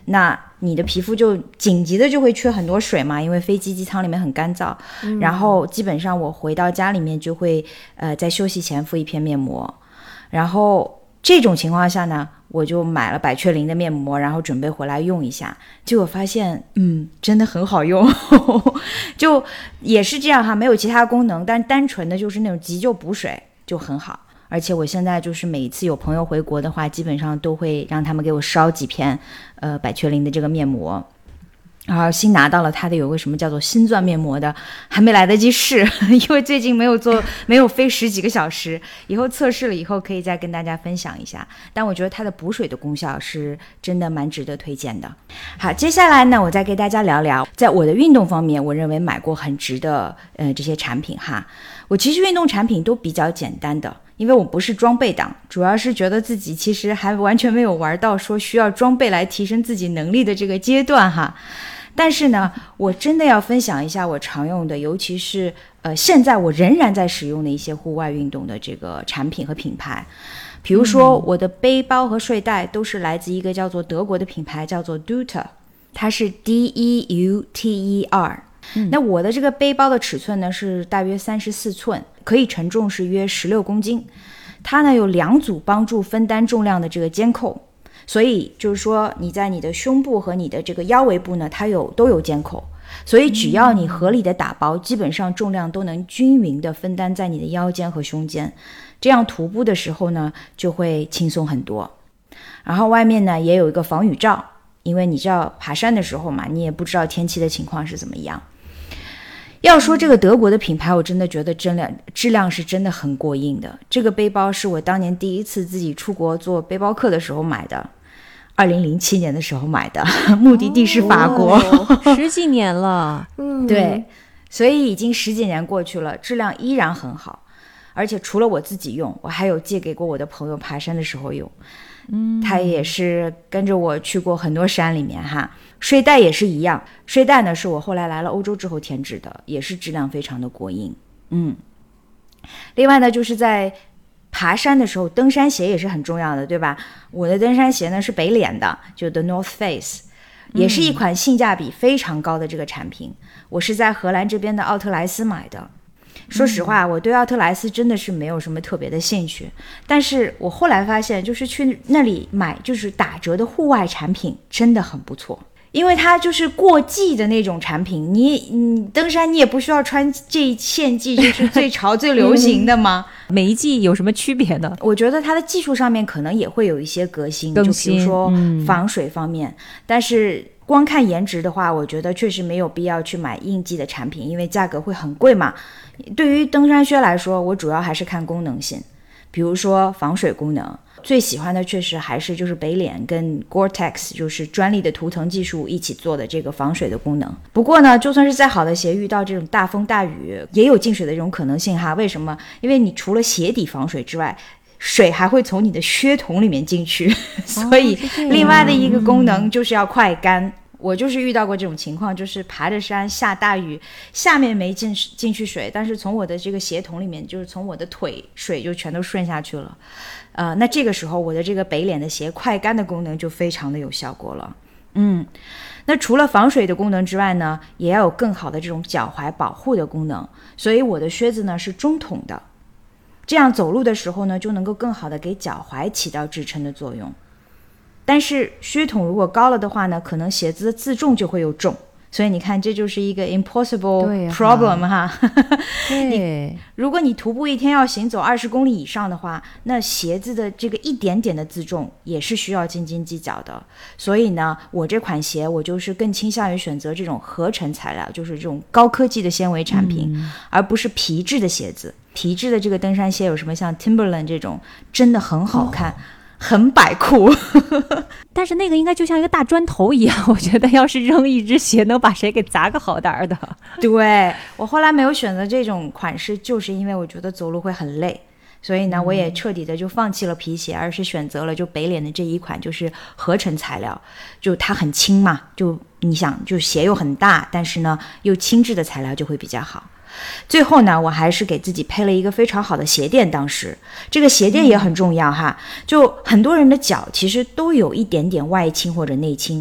那你的皮肤就紧急的就会缺很多水嘛，因为飞机机舱里面很干燥、嗯、然后基本上我回到家里面就会呃在休息前敷一片面膜，然后这种情况下呢我就买了百雀羚的面膜，然后准备回来用一下，结果发现嗯真的很好用就也是这样哈，没有其他功能，但单纯的就是那种急救补水就很好。而且我现在就是每一次有朋友回国的话，基本上都会让他们给我烧几片呃百雀羚的这个面膜，然后新拿到了它的有个什么叫做星钻面膜的，还没来得及试因为最近没有做没有飞十几个小时，以后测试了以后可以再跟大家分享一下，但我觉得它的补水的功效是真的蛮值得推荐的。好，接下来呢我再给大家聊聊在我的运动方面我认为买过很值的呃这些产品哈。我其实运动产品都比较简单的，因为我不是装备党，主要是觉得自己其实还完全没有玩到说需要装备来提升自己能力的这个阶段哈。但是呢我真的要分享一下我常用的，尤其是呃现在我仍然在使用的一些户外运动的这个产品和品牌。比如说我的背包和睡袋都是来自一个叫做德国的品牌，叫做 Deuter， 它是 D E U T E R。嗯、那我的这个背包的尺寸呢是大约三十四寸，可以承重是约十六公斤。它呢有两组帮助分担重量的这个肩扣，所以就是说你在你的胸部和你的这个腰围部呢它有都有肩扣，所以只要你合理的打包、嗯、基本上重量都能均匀的分担在你的腰间和胸间，这样徒步的时候呢就会轻松很多。然后外面呢也有一个防雨罩，因为你知道爬山的时候嘛，你也不知道天气的情况是怎么样。要说这个德国的品牌，我真的觉得质量质量是真的很过硬的。这个背包是我当年第一次自己出国做背包客的时候买的，二零零七年的时候买的，目的地是法国、 哦、十几年了嗯，对，所以已经十几年过去了，质量依然很好。而且除了我自己用，我还有借给过我的朋友爬山的时候用。嗯，他也是跟着我去过很多山里面哈。睡袋也是一样，睡袋呢是我后来来了欧洲之后添置的，也是质量非常的过硬。嗯，另外呢就是在爬山的时候，登山鞋也是很重要的，对吧？我的登山鞋呢是北脸的，就 The North Face， 也是一款性价比非常高的这个产品。嗯、我是在荷兰这边的奥特莱斯买的。说实话，我对奥特莱斯真的是没有什么特别的兴趣，但是我后来发现就是去那里买就是打折的户外产品真的很不错，因为它就是过季的那种产品，你你登山你也不需要穿这一现季就是最潮最流行的吗？ 每一季有什么区别呢？ 我觉得它的技术上面可能也会有一些革新， 就比如说防水方面、嗯、但是光看颜值的话，我觉得确实没有必要去买应季的产品，因为价格会很贵嘛。对于登山靴来说，我主要还是看功能性，比如说防水功能，最喜欢的确实还是就是北脸跟 Gore-Tex 就是专利的涂层技术一起做的这个防水的功能。不过呢，就算是再好的鞋，遇到这种大风大雨也有进水的这种可能性哈。为什么？因为你除了鞋底防水之外，水还会从你的靴筒里面进去，所以另外的一个功能就是要快干。嗯，我就是遇到过这种情况，就是爬着山下大雨，下面没进进去水，但是从我的这个鞋筒里面，就是从我的腿水就全都顺下去了。呃，那这个时候我的这个北脸的鞋快干的功能就非常的有效果了。嗯，那除了防水的功能之外呢，也要有更好的这种脚踝保护的功能，所以我的靴子呢是中筒的，这样走路的时候呢就能够更好的给脚踝起到支撑的作用。但是靴筒如果高了的话呢，可能鞋子的自重就会有重，所以你看这就是一个 impossible problem 哈。 对， 如果你徒步一天要行走二十公里以上的话，那鞋子的这个一点点的自重也是需要斤斤计较的。所以呢，我这款鞋我就是更倾向于选择这种合成材料，就是这种高科技的纤维产品、嗯、而不是皮质的鞋子。皮质的这个登山鞋有什么像 Timberland 这种真的很好看、哦，很摆酷但是那个应该就像一个大砖头一样，我觉得要是扔一只鞋能把谁给砸个好歹的。 对，我后来没有选择这种款式，就是因为我觉得走路会很累，所以呢我也彻底的就放弃了皮鞋、嗯、而是选择了就北脸的这一款，就是合成材料，就它很轻嘛，就你想就鞋又很大，但是呢又轻质的材料就会比较好。最后呢，我还是给自己配了一个非常好的鞋垫，当时这个鞋垫也很重要哈。就很多人的脚其实都有一点点外倾或者内倾，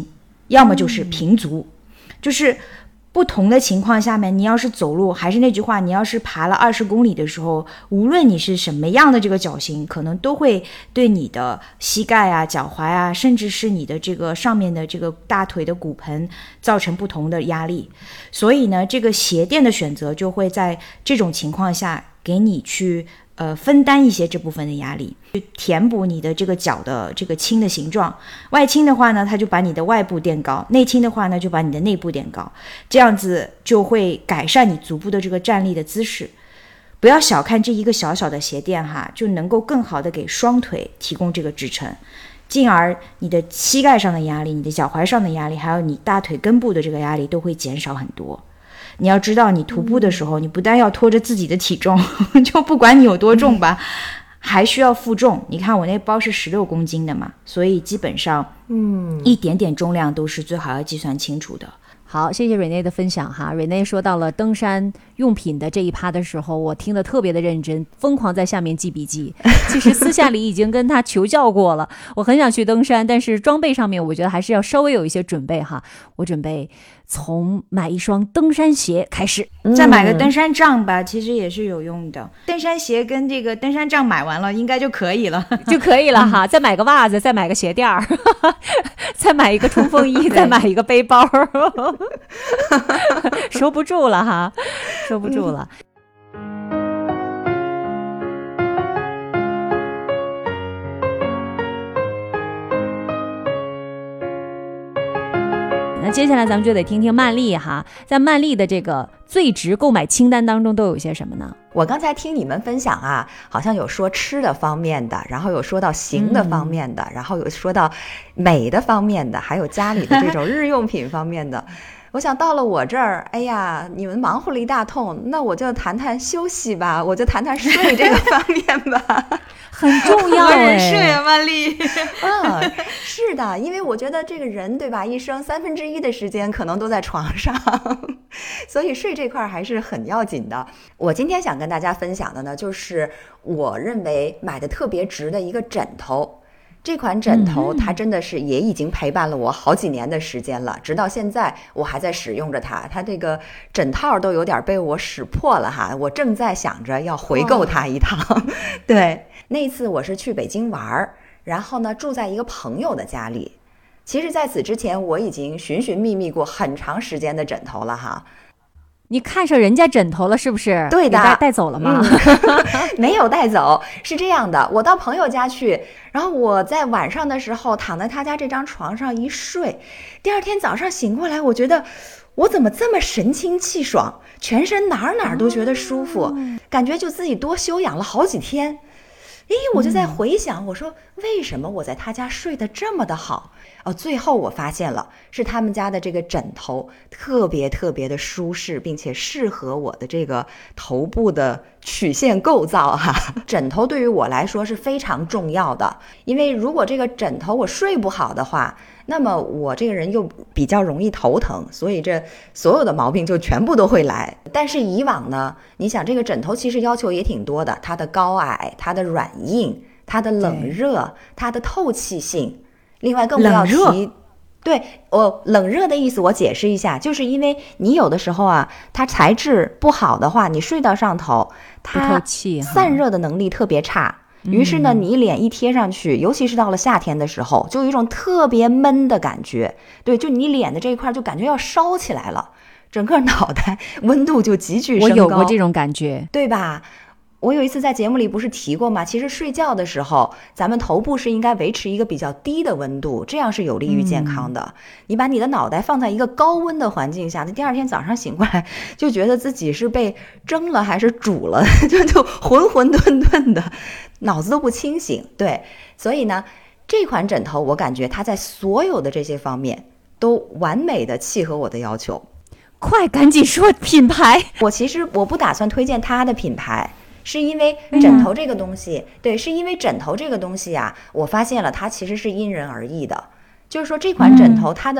要么就是平足，就是不同的情况下面，你要是走路，还是那句话，你要是爬了二十公里的时候，无论你是什么样的这个脚型，可能都会对你的膝盖啊、脚踝啊，甚至是你的这个上面的这个大腿的骨盆造成不同的压力。所以呢，这个鞋垫的选择就会在这种情况下给你去呃，分担一些这部分的压力，去填补你的这个脚的这个倾的形状。外倾的话呢，它就把你的外部垫高；内倾的话呢，就把你的内部垫高。这样子就会改善你足部的这个站立的姿势。不要小看这一个小小的鞋垫哈，就能够更好的给双腿提供这个支撑，进而你的膝盖上的压力、你的脚踝上的压力，还有你大腿根部的这个压力都会减少很多。你要知道，你徒步的时候，你不但要拖着自己的体重，就不管你有多重吧，还需要负重。你看我那包是十六公斤的嘛，所以基本上，嗯，一点点重量都是最好要计算清楚的。 好，谢谢 Renee 的分享哈。Renee 说到了登山用品的这一趴的时候，我听得特别的认真，疯狂在下面记笔记。其实私下里已经跟他求教过了，我很想去登山，但是装备上面我觉得还是要稍微有一些准备哈。我准备从买一双登山鞋开始， 再买个登山杖吧，其实也是有用的。登山鞋跟这个登山杖买完了，应该就可以了， 就可以了哈。再买个袜子，再买个鞋垫儿，再买一个冲锋衣，再买一个背包，收不住了哈，收不住了。那接下来咱们就得听听曼丽哈，在曼丽的这个最值购买清单当中都有一些什么呢？ 我刚才听你们分享啊，好像有说吃的方面的，然后有说到行的方面的，嗯、然后有说到美的方面的，还有家里的这种日用品方面的。我想到了我这儿，哎呀，你们忙活了一大通，那我就谈谈休息吧，我就谈谈睡这个方面吧。 很重要哎， 人睡啊，曼丽。 嗯，是的，因为我觉得这个人对吧，一生三分之一的时间可能都在床上，所以睡这块还是很要紧的。我今天想跟大家分享的呢，就是我认为买的特别值的一个枕头。这款枕头它真的是也已经陪伴了我好几年的时间了，直到现在我还在使用着它，它这个枕套都有点被我使破了哈，我正在想着要回购它一趟。对，那次我是去北京玩，然后呢住在一个朋友的家里，其实在此之前我已经寻寻觅觅过很长时间的枕头了哈。 你看上人家枕头了是不是？ 对的， 带带走了吗？ 嗯、没有带走，是这样的，我到朋友家去，然后我在晚上的时候躺在他家这张床上一睡，第二天早上醒过来，我觉得我怎么这么神清气爽，全身哪儿哪儿都觉得舒服，哦、感觉就自己多休养了好几天。诶，我就在回想，我说为什么我在他家睡得这么的好？哦，最后我发现了，是他们家的这个枕头特别特别的舒适，并且适合我的这个头部的曲线构造哈。枕头对于我来说是非常重要的，因为如果这个枕头我睡不好的话，那么我这个人又比较容易头疼，所以这所有的毛病就全部都会来。但是以往呢，你想这个枕头其实要求也挺多的，它的高矮，它的软硬，它的冷热，它的透气性，另外更不要提，对，我冷热的意思我解释一下，就是因为你有的时候啊，它材质不好的话，你睡到上头，它散热的能力特别差。于是呢，你脸一贴上去，尤其是到了夏天的时候，就有一种特别闷的感觉。对，就你脸的这一块就感觉要烧起来了，整个脑袋温度就急剧升高。 我有过这种感觉， 对吧？我有一次在节目里不是提过吗？其实睡觉的时候，咱们头部是应该维持一个比较低的温度，这样是有利于健康的。嗯、你把你的脑袋放在一个高温的环境下，那第二天早上醒过来，就觉得自己是被蒸了还是煮了，就就浑浑沌沌的，脑子都不清醒。对，所以呢，这款枕头我感觉它在所有的这些方面都完美的契合我的要求。 快赶紧说品牌！ 我其实我不打算推荐它的品牌。是因为枕头这个东西、嗯、对，是因为枕头这个东西啊，我发现了它其实是因人而异的。就是说这款枕头它的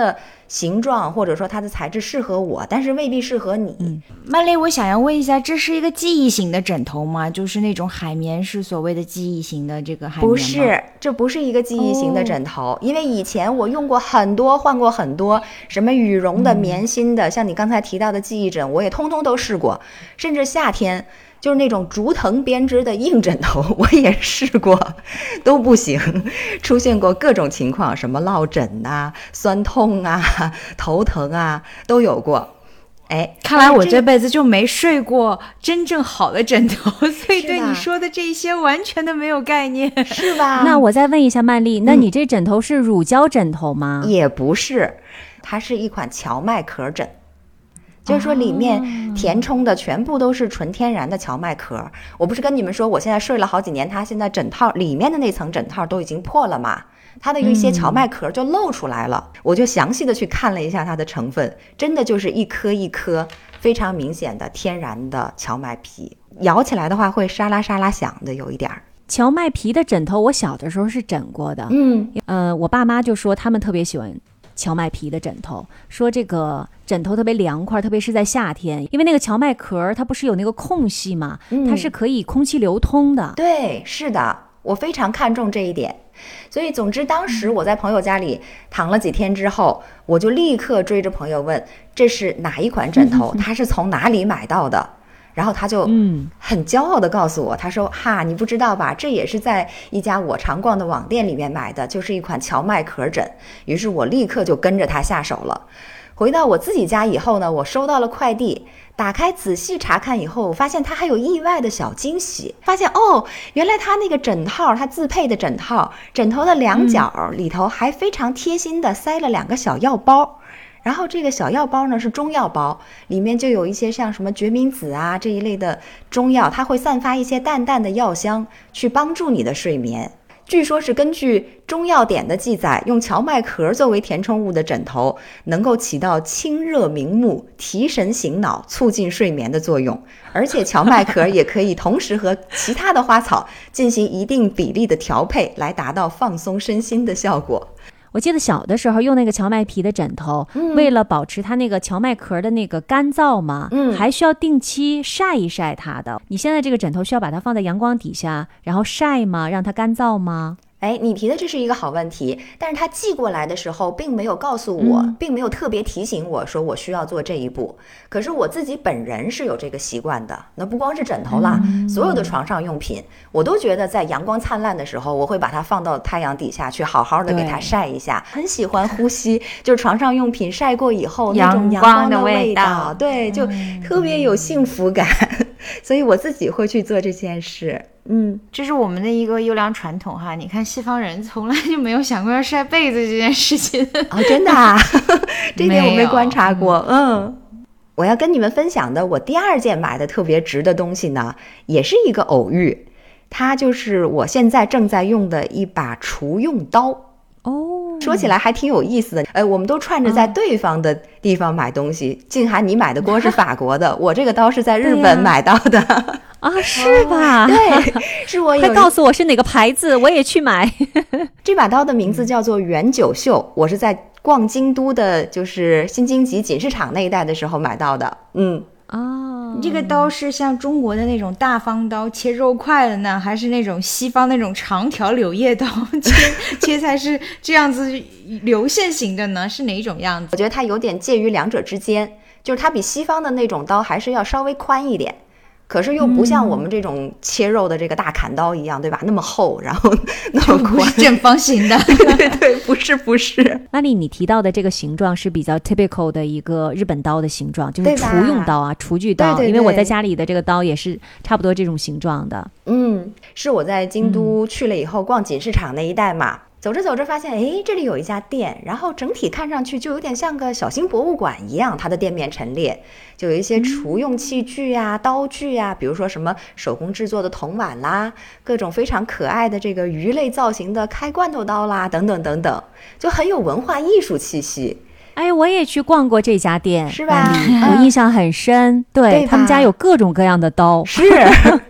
形状或者说它的材质适合我，但是未必适合你。 嗯， 曼丽，我想要问一下，这是一个记忆型的枕头吗？就是那种海绵是所谓的记忆型的这个海绵吗？ 不是，这不是一个记忆型的枕头、哦、因为以前我用过很多，换过很多，什么羽绒的、棉芯的、嗯、像你刚才提到的记忆枕我也通通都试过，甚至夏天就是那种竹藤编织的硬枕头我也试过，都不行，出现过各种情况，什么落枕啊、酸痛啊、头疼啊都有过。哎， 看来我这辈子就没睡过真正好的枕头，所以对你说的这些完全的没有概念， 是吧？ 那我再问一下曼丽，那你这枕头是乳胶枕头吗？ 嗯、也不是，它是一款荞麦壳枕。就是说里面填充的全部都是纯天然的荞麦壳。我不是跟你们说我现在睡了好几年，它现在枕套里面的那层枕套都已经破了嘛，它的有一些荞麦壳就露出来了、嗯、我就详细的去看了一下它的成分，真的就是一颗一颗非常明显的天然的荞麦皮，摇起来的话会沙拉沙拉响的，有一点儿。 荞麦皮的枕头我小的时候是枕过的， 嗯， 呃，我爸妈就说他们特别喜欢荞麦皮的枕头，说这个枕头特别凉快，特别是在夏天，因为那个荞麦壳它不是有那个空隙嘛、嗯、它是可以空气流通的。 对，是的，我非常看重这一点。所以总之当时我在朋友家里躺了几天之后，我就立刻追着朋友问这是哪一款枕头，他是从哪里买到的，然后他就很骄傲地告诉我，他说哈，你不知道吧，这也是在一家我常逛的网店里面买的，就是一款荞麦壳枕。于是我立刻就跟着他下手了。回到我自己家以后呢，我收到了快递，打开仔细查看以后，我发现它还有意外的小惊喜，发现哦，原来它那个枕套，它自配的枕套，枕头的两角里头还非常贴心的塞了两个小药包。然后这个小药包呢是中药包，里面就有一些像什么决明子啊这一类的中药，它会散发一些淡淡的药香，去帮助你的睡眠。据说是根据中药典的记载，用荞麦壳作为填充物的枕头能够起到清热明目、提神醒脑、促进睡眠的作用，而且荞麦壳也可以同时和其他的花草进行一定比例的调配，来达到放松身心的效果。 我记得小的时候用那个荞麦皮的枕头、嗯、为了保持它那个荞麦壳的那个干燥嘛、嗯、还需要定期晒一晒它的。你现在这个枕头需要把它放在阳光底下然后晒吗？让它干燥吗？ 哎，你提的这是一个好问题，但是他寄过来的时候并没有告诉我、嗯、并没有特别提醒我说我需要做这一步。可是我自己本人是有这个习惯的，那不光是枕头啦、嗯、所有的床上用品我都觉得在阳光灿烂的时候我会把它放到太阳底下去好好的给它晒一下，很喜欢呼吸就是床上用品晒过以后那种阳光的味道，对，就特别有幸福感、嗯、所以我自己会去做这件事。嗯， 这是我们的一个优良传统哈。你看西方人从来就没有想过要晒被子这件事情。 哦，真的啊？这点我没观察过。嗯，我要跟你们分享的我第二件买的特别值的东西呢，也是一个偶遇，它就是我现在正在用的一把厨用刀。 哦， 说起来还挺有意思的。呃，我们都串着在对方的地方买东西。静涵，你买的锅是法国的，我这个刀是在日本买到的。 啊，是吧？ 对，是我有。 快告诉我是哪个牌子，我也去买。 这把刀的名字叫做原九秀，我是在逛京都的，就是新京吉锦市场那一带的时候买到的。嗯。 哦，你这个刀是像中国的那种大方刀切肉块的呢，还是那种西方那种长条柳叶刀切切菜是这样子流线型的呢？是哪一种样子？ 我觉得它有点介于两者之间，就是它比西方的那种刀还是要稍微宽一点，可是又不像我们这种切肉的这个大砍刀一样、嗯、对吧，那么厚然后那么宽， 不是正方形的。 对对对，不是不是。 那里你提到的这个形状是比较 typical 的一个日本刀的形状，就是厨用刀啊，厨具刀。对对对，因为我在家里的这个刀也是差不多这种形状的。 嗯，是我在京都去了以后逛锦市场那一带嘛、嗯，走着走着发现，哎，这里有一家店，然后整体看上去就有点像个小型博物馆一样，它的店面陈列就有一些厨用器具啊、嗯、刀具啊，比如说什么手工制作的铜碗啦，各种非常可爱的这个鱼类造型的开罐头刀啦，等等等等，就很有文化艺术气息。 哎，我也去逛过这家店， 是吧？ 嗯、我印象很深。对， 对， 他们家有各种各样的刀。 是，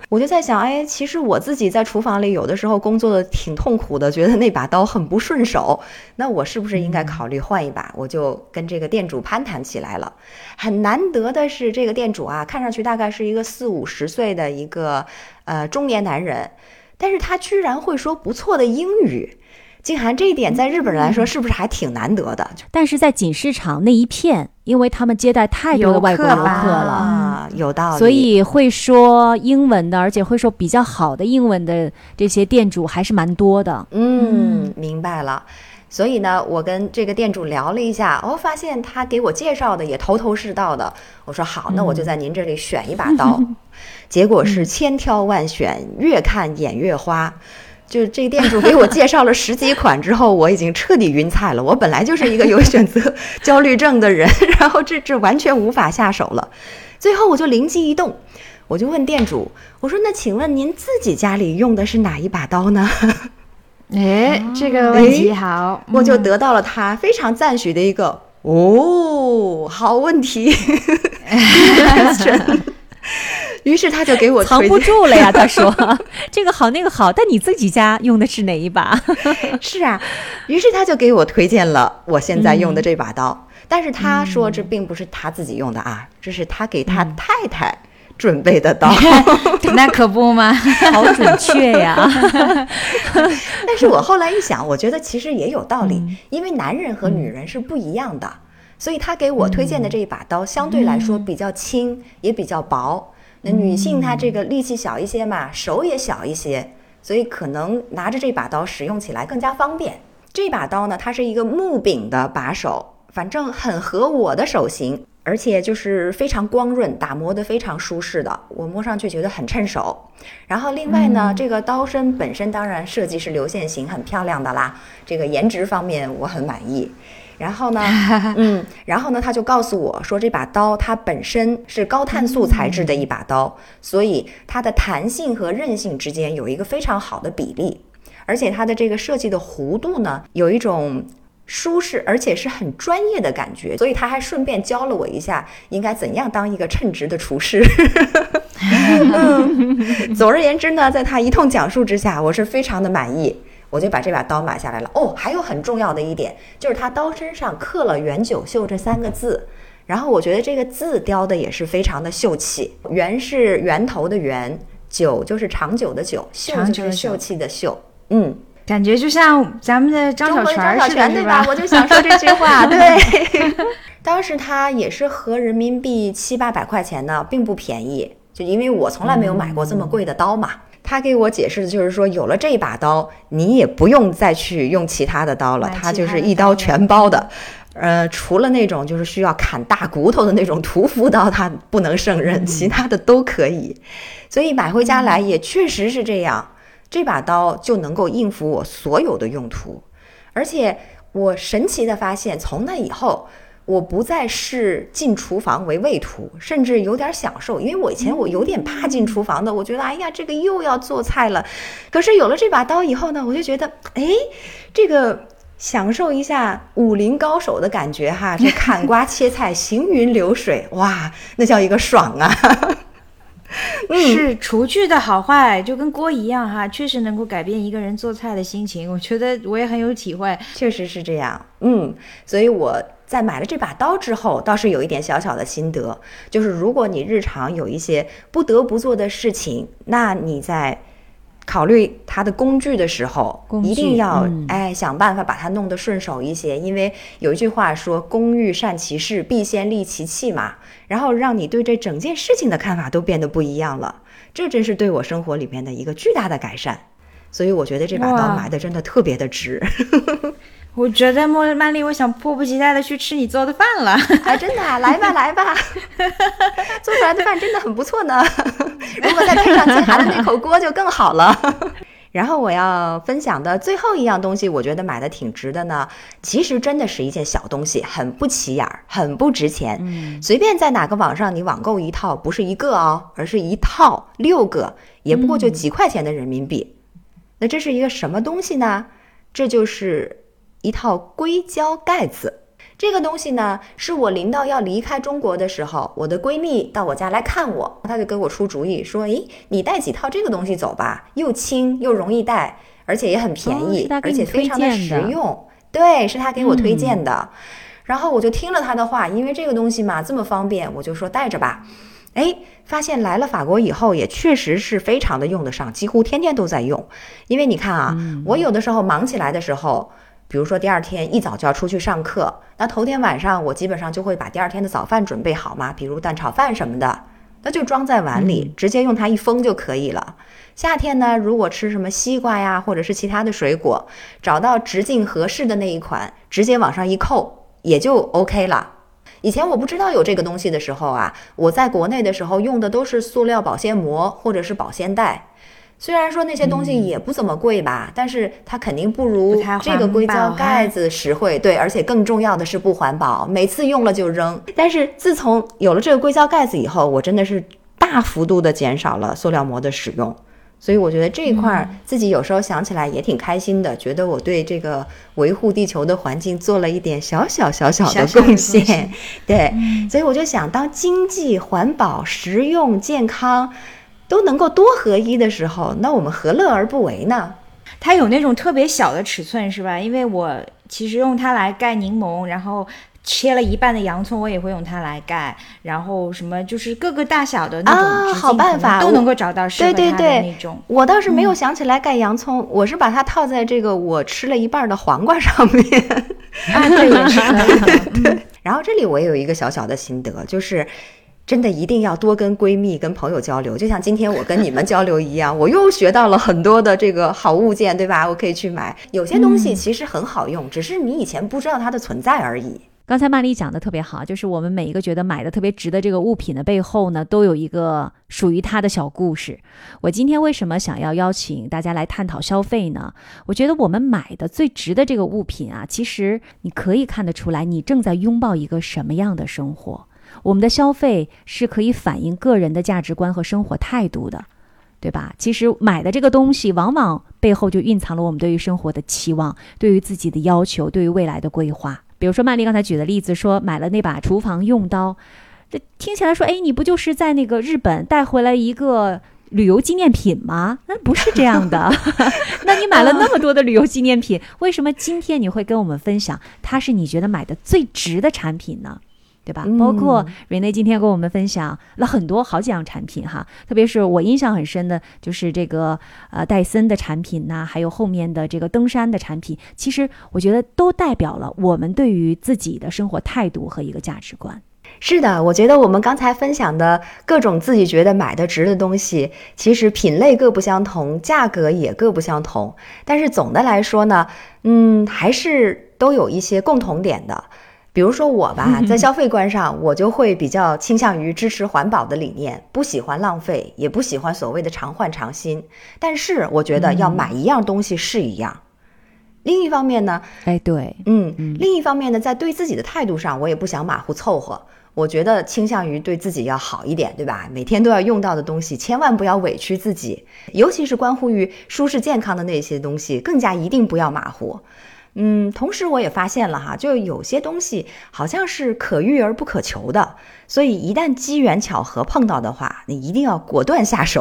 我就在想，哎，其实我自己在厨房里有的时候工作的挺痛苦的，觉得那把刀很不顺手，那我是不是应该考虑换一把？我就跟这个店主攀谈起来了。很难得的是，这个店主啊，看上去大概是一个四五十岁的一个呃中年男人，但是他居然会说不错的英语。静涵，这一点在日本人来说是不是还挺难得的？ 但是在锦市场那一片，因为他们接待太多的外国游客了啊，有道理， 所以会说英文的，而且会说比较好的英文的这些店主还是蛮多的。 嗯，明白了。所以呢，我跟这个店主聊了一下，我、哦、发现他给我介绍的也头头是道的。我说好，那我就在您这里选一把刀。嗯、结果是千挑万选，越看眼越花。就这个店主给我介绍了十几款之后，我已经彻底晕菜了。我本来就是一个有选择焦虑症的人，然后这这完全无法下手了。最后我就灵机一动，我就问店主，我说那请问您自己家里用的是哪一把刀呢？ 哎，这个问题好， 我就得到了他非常赞许的一个哦，好问题。于是他就给我藏不住了呀，他说这个好那个好，但你自己家用的是哪一把？ 是啊，于是他就给我推荐了我现在用的这把刀、嗯、但是他说这并不是他自己用的啊，这是他给他太太准备的刀、 嗯、那可不吗？ 好准确呀。 但是我后来一想，我觉得其实也有道理、嗯、因为男人和女人是不一样的、嗯、所以他给我推荐的这一把刀相对来说比较轻、嗯、也比较薄，那女性她这个力气小一些嘛，手也小一些，所以可能拿着这把刀使用起来更加方便。这把刀呢，它是一个木柄的把手，反正很合我的手型，而且就是非常光润，打磨的非常舒适的，我摸上去觉得很趁手。然后另外呢、嗯、这个刀身本身当然设计是流线型，很漂亮的啦，这个颜值方面我很满意。然后呢，嗯，然后呢，他就告诉我说，这把刀它本身是高碳素材质的一把刀，所以它的弹性和韧性之间有一个非常好的比例，而且它的这个设计的弧度呢，有一种舒适而且是很专业的感觉，所以他还顺便教了我一下应该怎样当一个称职的厨师。嗯，总而言之呢，在他一通讲述之下，我是非常的满意。我就把这把刀买下来了。哦，还有很重要的一点，就是它刀身上刻了原九秀这三个字，然后我觉得这个字雕的也是非常的秀气。原是源头的源，九就是长久的久，秀就是秀气的秀。嗯， 感觉就像咱们的张小泉似的， 对吧？我就想说这句话。对，当时它也是合人民币七八百块钱呢，并不便宜。就因为我从来没有买过这么贵的刀嘛。嗯，他给我解释的就是说，有了这把刀，你也不用再去用其他的刀了，它就是一刀全包的。呃，除了那种就是需要砍大骨头的那种屠夫刀，它不能胜任，其他的都可以。所以买回家来也确实是这样，这把刀就能够应付我所有的用途。而且我神奇的发现，从那以后，我不再视进厨房为畏途，甚至有点享受。因为我以前我有点怕进厨房的，我觉得哎呀，这个又要做菜了。可是有了这把刀以后呢，我就觉得哎，这个享受一下武林高手的感觉哈，这砍瓜切菜行云流水，哇，那叫一个爽啊。 嗯、是厨具的好坏就跟锅一样哈，确实能够改变一个人做菜的心情，我觉得我也很有体会。 确实是这样。嗯，所以我在买了这把刀之后，倒是有一点小小的心得，就是如果你日常有一些不得不做的事情，那你在考虑它的工具的时候，一定要、嗯、哎想办法把它弄得顺手一些，因为有一句话说工欲善其事，必先利其器嘛，然后让你对这整件事情的看法都变得不一样了，这真是对我生活里面的一个巨大的改善。所以我觉得这把刀买的真的特别的值。 我觉得茉曼丽，我想迫不及待的去吃你做的饭了。 啊，真的、啊，来吧来吧，做出来的饭真的很不错呢。如果再配上静涵的那口锅就更好了。然后我要分享的最后一样东西，我觉得买的挺值的呢。其实真的是一件小东西，很不起眼，很不值钱。嗯，随便在哪个网上你网购一套，不是一个哦，而是一套六个，也不过就几块钱的人民币。嗯、那这是一个什么东西呢？这就是一套硅胶盖子。 这个东西呢，是我临到要离开中国的时候，我的闺蜜到我家来看我，她就给我出主意说，诶，你带几套这个东西走吧，又轻又容易带，而且也很便宜， 哦、 而且非常的实用。对，是她给我推荐的、嗯、然后我就听了她的话，因为这个东西嘛这么方便，我就说带着吧。哎，发现来了法国以后也确实是非常的用得上，几乎天天都在用。因为你看啊、嗯、我有的时候忙起来的时候，比如说第二天一早就要出去上课，那头天晚上我基本上就会把第二天的早饭准备好嘛，比如蛋炒饭什么的，那就装在碗里、嗯、直接用它一封就可以了。夏天呢，如果吃什么西瓜呀或者是其他的水果，找到直径合适的那一款，直接往上一扣也就 OK 了。以前我不知道有这个东西的时候啊，我在国内的时候用的都是塑料保鲜膜或者是保鲜袋，虽然说那些东西也不怎么贵吧、嗯、但是它肯定不如这个硅胶盖子实惠，对，而且更重要的是不环保，每次用了就扔。但是自从有了这个硅胶盖子以后，我真的是大幅度的减少了塑料膜的使用，所以我觉得这一块自己有时候想起来也挺开心的、嗯、觉得我对这个维护地球的环境做了一点小小小小的贡献，小小的贡献对、嗯、所以我就想，当经济、环保、实用、健康都能够多合一的时候，那我们何乐而不为呢？ 它有那种特别小的尺寸是吧？因为我其实用它来盖柠檬，然后切了一半的洋葱我也会用它来盖，然后什么就是各个大小的那种、啊、 好办法都能够找到适合它的那种。 对对对，我倒是没有想起来盖洋葱、嗯、我是把它套在这个我吃了一半的黄瓜上面啊，对，也是可以的对。然后这里我也有一个小小的心得，就是真的一定要多跟闺蜜跟朋友交流，就像今天我跟你们交流一样，我又学到了很多的这个好物件，对吧？我可以去买，有些东西其实很好用、嗯、只是你以前不知道它的存在而已。 刚才曼丽讲的特别好，就是我们每一个觉得买的特别值的这个物品的背后呢，都有一个属于它的小故事。我今天为什么想要邀请大家来探讨消费呢？我觉得我们买的最值的这个物品啊，其实你可以看得出来你正在拥抱一个什么样的生活。我们的消费是可以反映个人的价值观和生活态度的，对吧？其实买的这个东西往往背后就蕴藏了我们对于生活的期望，对于自己的要求，对于未来的规划。比如说曼丽刚才举的例子，说买了那把厨房用刀，这听起来说，哎，你不就是在那个日本带回来一个旅游纪念品吗？那不是这样的那你买了那么多的旅游纪念品，为什么今天你会跟我们分享它是你觉得买的最值的产品呢？对吧？包括瑞内今天跟我们分享了很多好几样产品哈，特别是我印象很深的就是这个呃戴森的产品呐、啊，还有后面的这个登山的产品，其实我觉得都代表了我们对于自己的生活态度和一个价值观。 是的，我觉得我们刚才分享的各种自己觉得买的值的东西，其实品类各不相同，价格也各不相同，但是总的来说呢，嗯，还是都有一些共同点的。比如说我吧，在消费观上，我就会比较倾向于支持环保的理念，不喜欢浪费，也不喜欢所谓的常换常新。但是我觉得要买一样东西是一样。另一方面呢， 哎，对， 嗯，另一方面呢，在对自己的态度上，我也不想马虎凑合。我觉得倾向于对自己要好一点，对吧？每天都要用到的东西，千万不要委屈自己，尤其是关乎于舒适健康的那些东西，更加一定不要马虎。嗯，同时我也发现了哈，就有些东西好像是可遇而不可求的，所以一旦机缘巧合碰到的话，你一定要果断下手。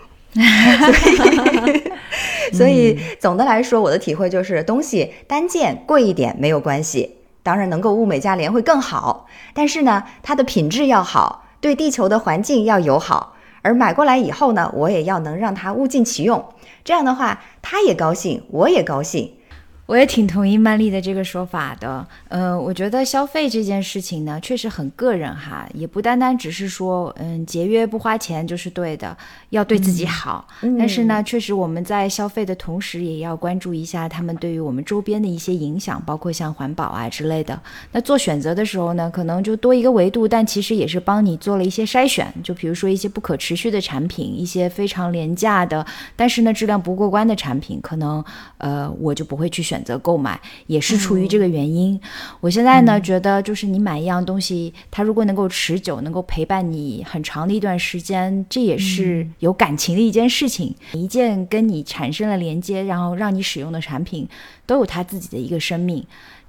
所以，所以总的来说，我的体会就是东西单件贵一点没有关系，当然能够物美价廉会更好，但是呢，它的品质要好，对地球的环境要友好，而买过来以后呢，我也要能让它物尽其用，这样的话，他也高兴，我也高兴。 我也挺同意曼丽的这个说法的，呃，我觉得消费这件事情呢，确实很个人哈，也不单单只是说，嗯，节约不花钱就是对的，要对自己好。嗯、但是呢，确实我们在消费的同时，也要关注一下他们对于我们周边的一些影响，包括像环保啊之类的。那做选择的时候呢，可能就多一个维度，但其实也是帮你做了一些筛选。就比如说一些不可持续的产品，一些非常廉价的，但是呢质量不过关的产品，可能呃我就不会去选择购买，也是出于这个原因。嗯、我现在呢、嗯、觉得就是你买一样东西，它如果能够持久，能够陪伴你很长的一段时间，这也是有感情的一件事情。嗯、一件跟你产生了连接，然后让你使用的产品，都有它自己的一个生命。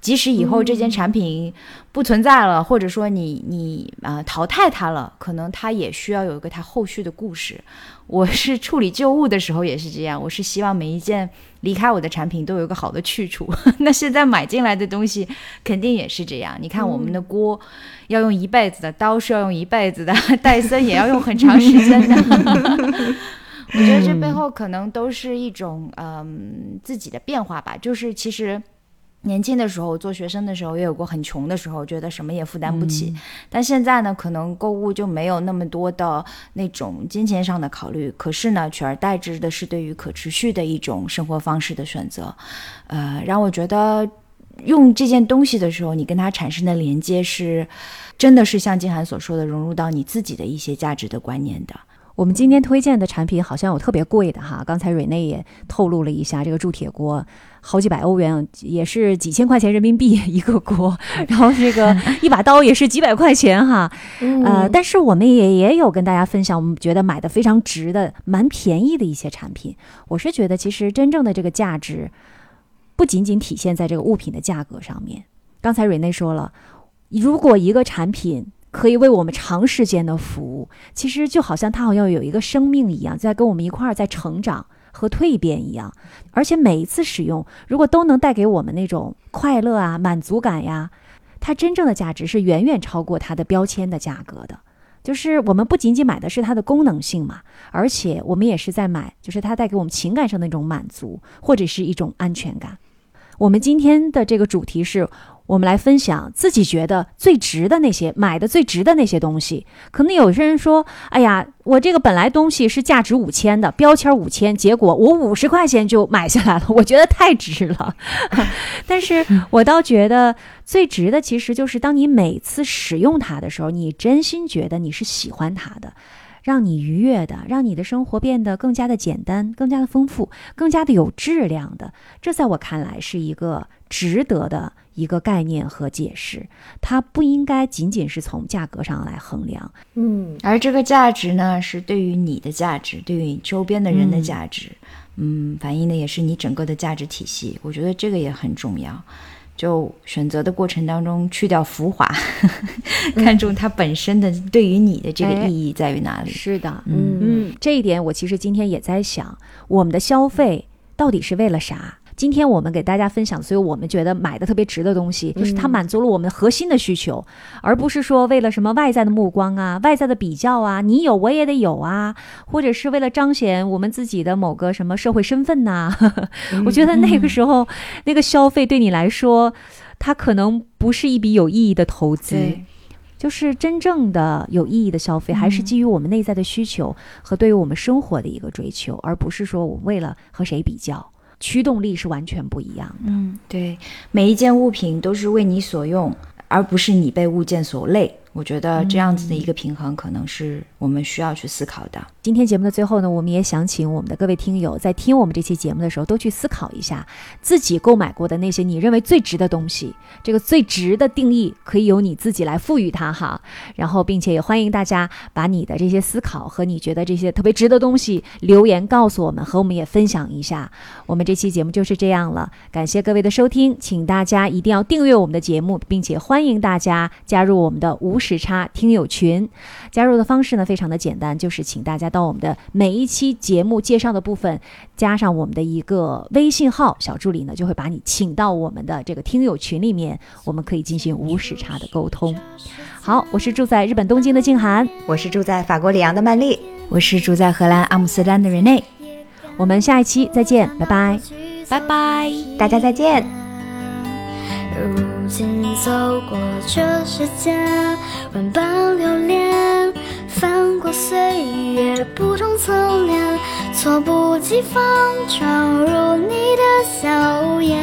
即使以后这件产品不存在了，嗯、或者说你你呃淘汰它了，可能它也需要有一个它后续的故事。我是处理旧物的时候也是这样，我是希望每一件离开我的产品都有一个好的去处。那现在买进来的东西肯定也是这样，你看我们的锅要用一辈子的，刀是要用一辈子的，戴森也要用很长时间的。我觉得这背后可能都是一种嗯自己的变化吧，就是其实年轻的时候做学生的时候也有过很穷的时候，觉得什么也负担不起、嗯、但现在呢可能购物就没有那么多的那种金钱上的考虑，可是呢取而代之的是对于可持续的一种生活方式的选择，呃，让我觉得用这件东西的时候你跟它产生的连接是真的是像静涵所说的融入到你自己的一些价值的观念的。 我们今天推荐的产品好像有特别贵的哈，刚才瑞内也透露了一下，这个铸铁锅好几百欧元，也是几千块钱人民币一个锅，然后这个一把刀也是几百块钱哈，呃，但是我们也也有跟大家分享，我们觉得买的非常值的、蛮便宜的一些产品。我是觉得其实真正的这个价值不仅仅体现在这个物品的价格上面。刚才瑞内说了，如果一个产品可以为我们长时间的服务，其实就好像它好像有一个生命一样，在跟我们一块儿在成长和蜕变一样，而且每一次使用如果都能带给我们那种快乐啊、满足感呀，它真正的价值是远远超过它的标签的价格的。就是我们不仅仅买的是它的功能性嘛，而且我们也是在买就是它带给我们情感上的那种满足，或者是一种安全感。我们今天的这个主题是我们来分享自己觉得最值的那些，买的最值的那些东西。可能有些人说，哎呀，我这个本来东西是价值五千的，标签五千，结果我五十块钱就买下来了，我觉得太值了。但是我倒觉得最值的其实就是当你每次使用它的时候，你真心觉得你是喜欢它的，让你愉悦的，让你的生活变得更加的简单，更加的丰富，更加的有质量的。这在我看来是一个值得的一个概念和解释，它不应该仅仅是从价格上来衡量。 嗯，而这个价值呢，是对于你的价值，对于周边的人的价值，嗯，嗯反映的也是你整个的价值体系。我觉得这个也很重要。就选择的过程当中去掉浮华，看重它本身的对于你的这个意义在于哪里。 哎、是的，嗯嗯，这一点我其实今天也在想，我们的消费到底是为了啥？今天我们给大家分享，所以我们觉得买的特别值的东西，就是它满足了我们核心的需求，嗯、而不是说为了什么外在的目光啊、外在的比较啊，你有我也得有啊，或者是为了彰显我们自己的某个什么社会身份呐、啊。我觉得那个时候、嗯、那个消费对你来说，它可能不是一笔有意义的投资。就是真正的有意义的消费，还是基于我们内在的需求和对于我们生活的一个追求，而不是说我为了和谁比较。驱动力是完全不一样的。 嗯，对，每一件物品都是为你所用，而不是你被物件所累。我觉得这样子的一个平衡可能是我们需要去思考的。 今天节目的最后呢，我们也想请我们的各位听友在听我们这期节目的时候都去思考一下自己购买过的那些你认为最值的东西，这个最值的定义可以由你自己来赋予它哈。然后并且也欢迎大家把你的这些思考和你觉得这些特别值的东西留言告诉我们，和我们也分享一下。我们这期节目就是这样了，感谢各位的收听，请大家一定要订阅我们的节目，并且欢迎大家加入我们的无时差听友群。加入的方式呢非常的简单，就是请大家到我们的每一期节目介绍的部分加上我们的一个微信号，小助理呢就会把你请到我们的这个听友群里面，我们可以进行无时差的沟通。好，我是住在日本东京的静涵， 我是住在法国里昂的曼丽， 我是住在荷兰阿姆斯特丹的 Renee。 我们下一期再见，拜拜拜拜， 大家再见。 如今走过这世界，万般流连，翻过岁月不同侧脸，措不及防闯入你的笑颜。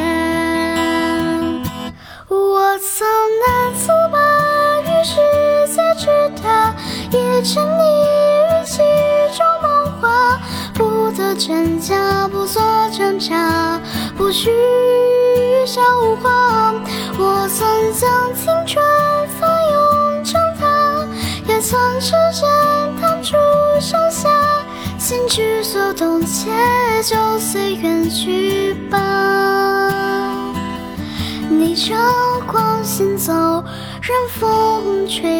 我曾难阻把与世界之大，也沉溺于其中梦话，不得真假，不做挣扎，不去笑话。我曾将青春翻涌成她，也曾指尖弹出盛夏，心之所动，且就随缘去吧。你这行走，任风吹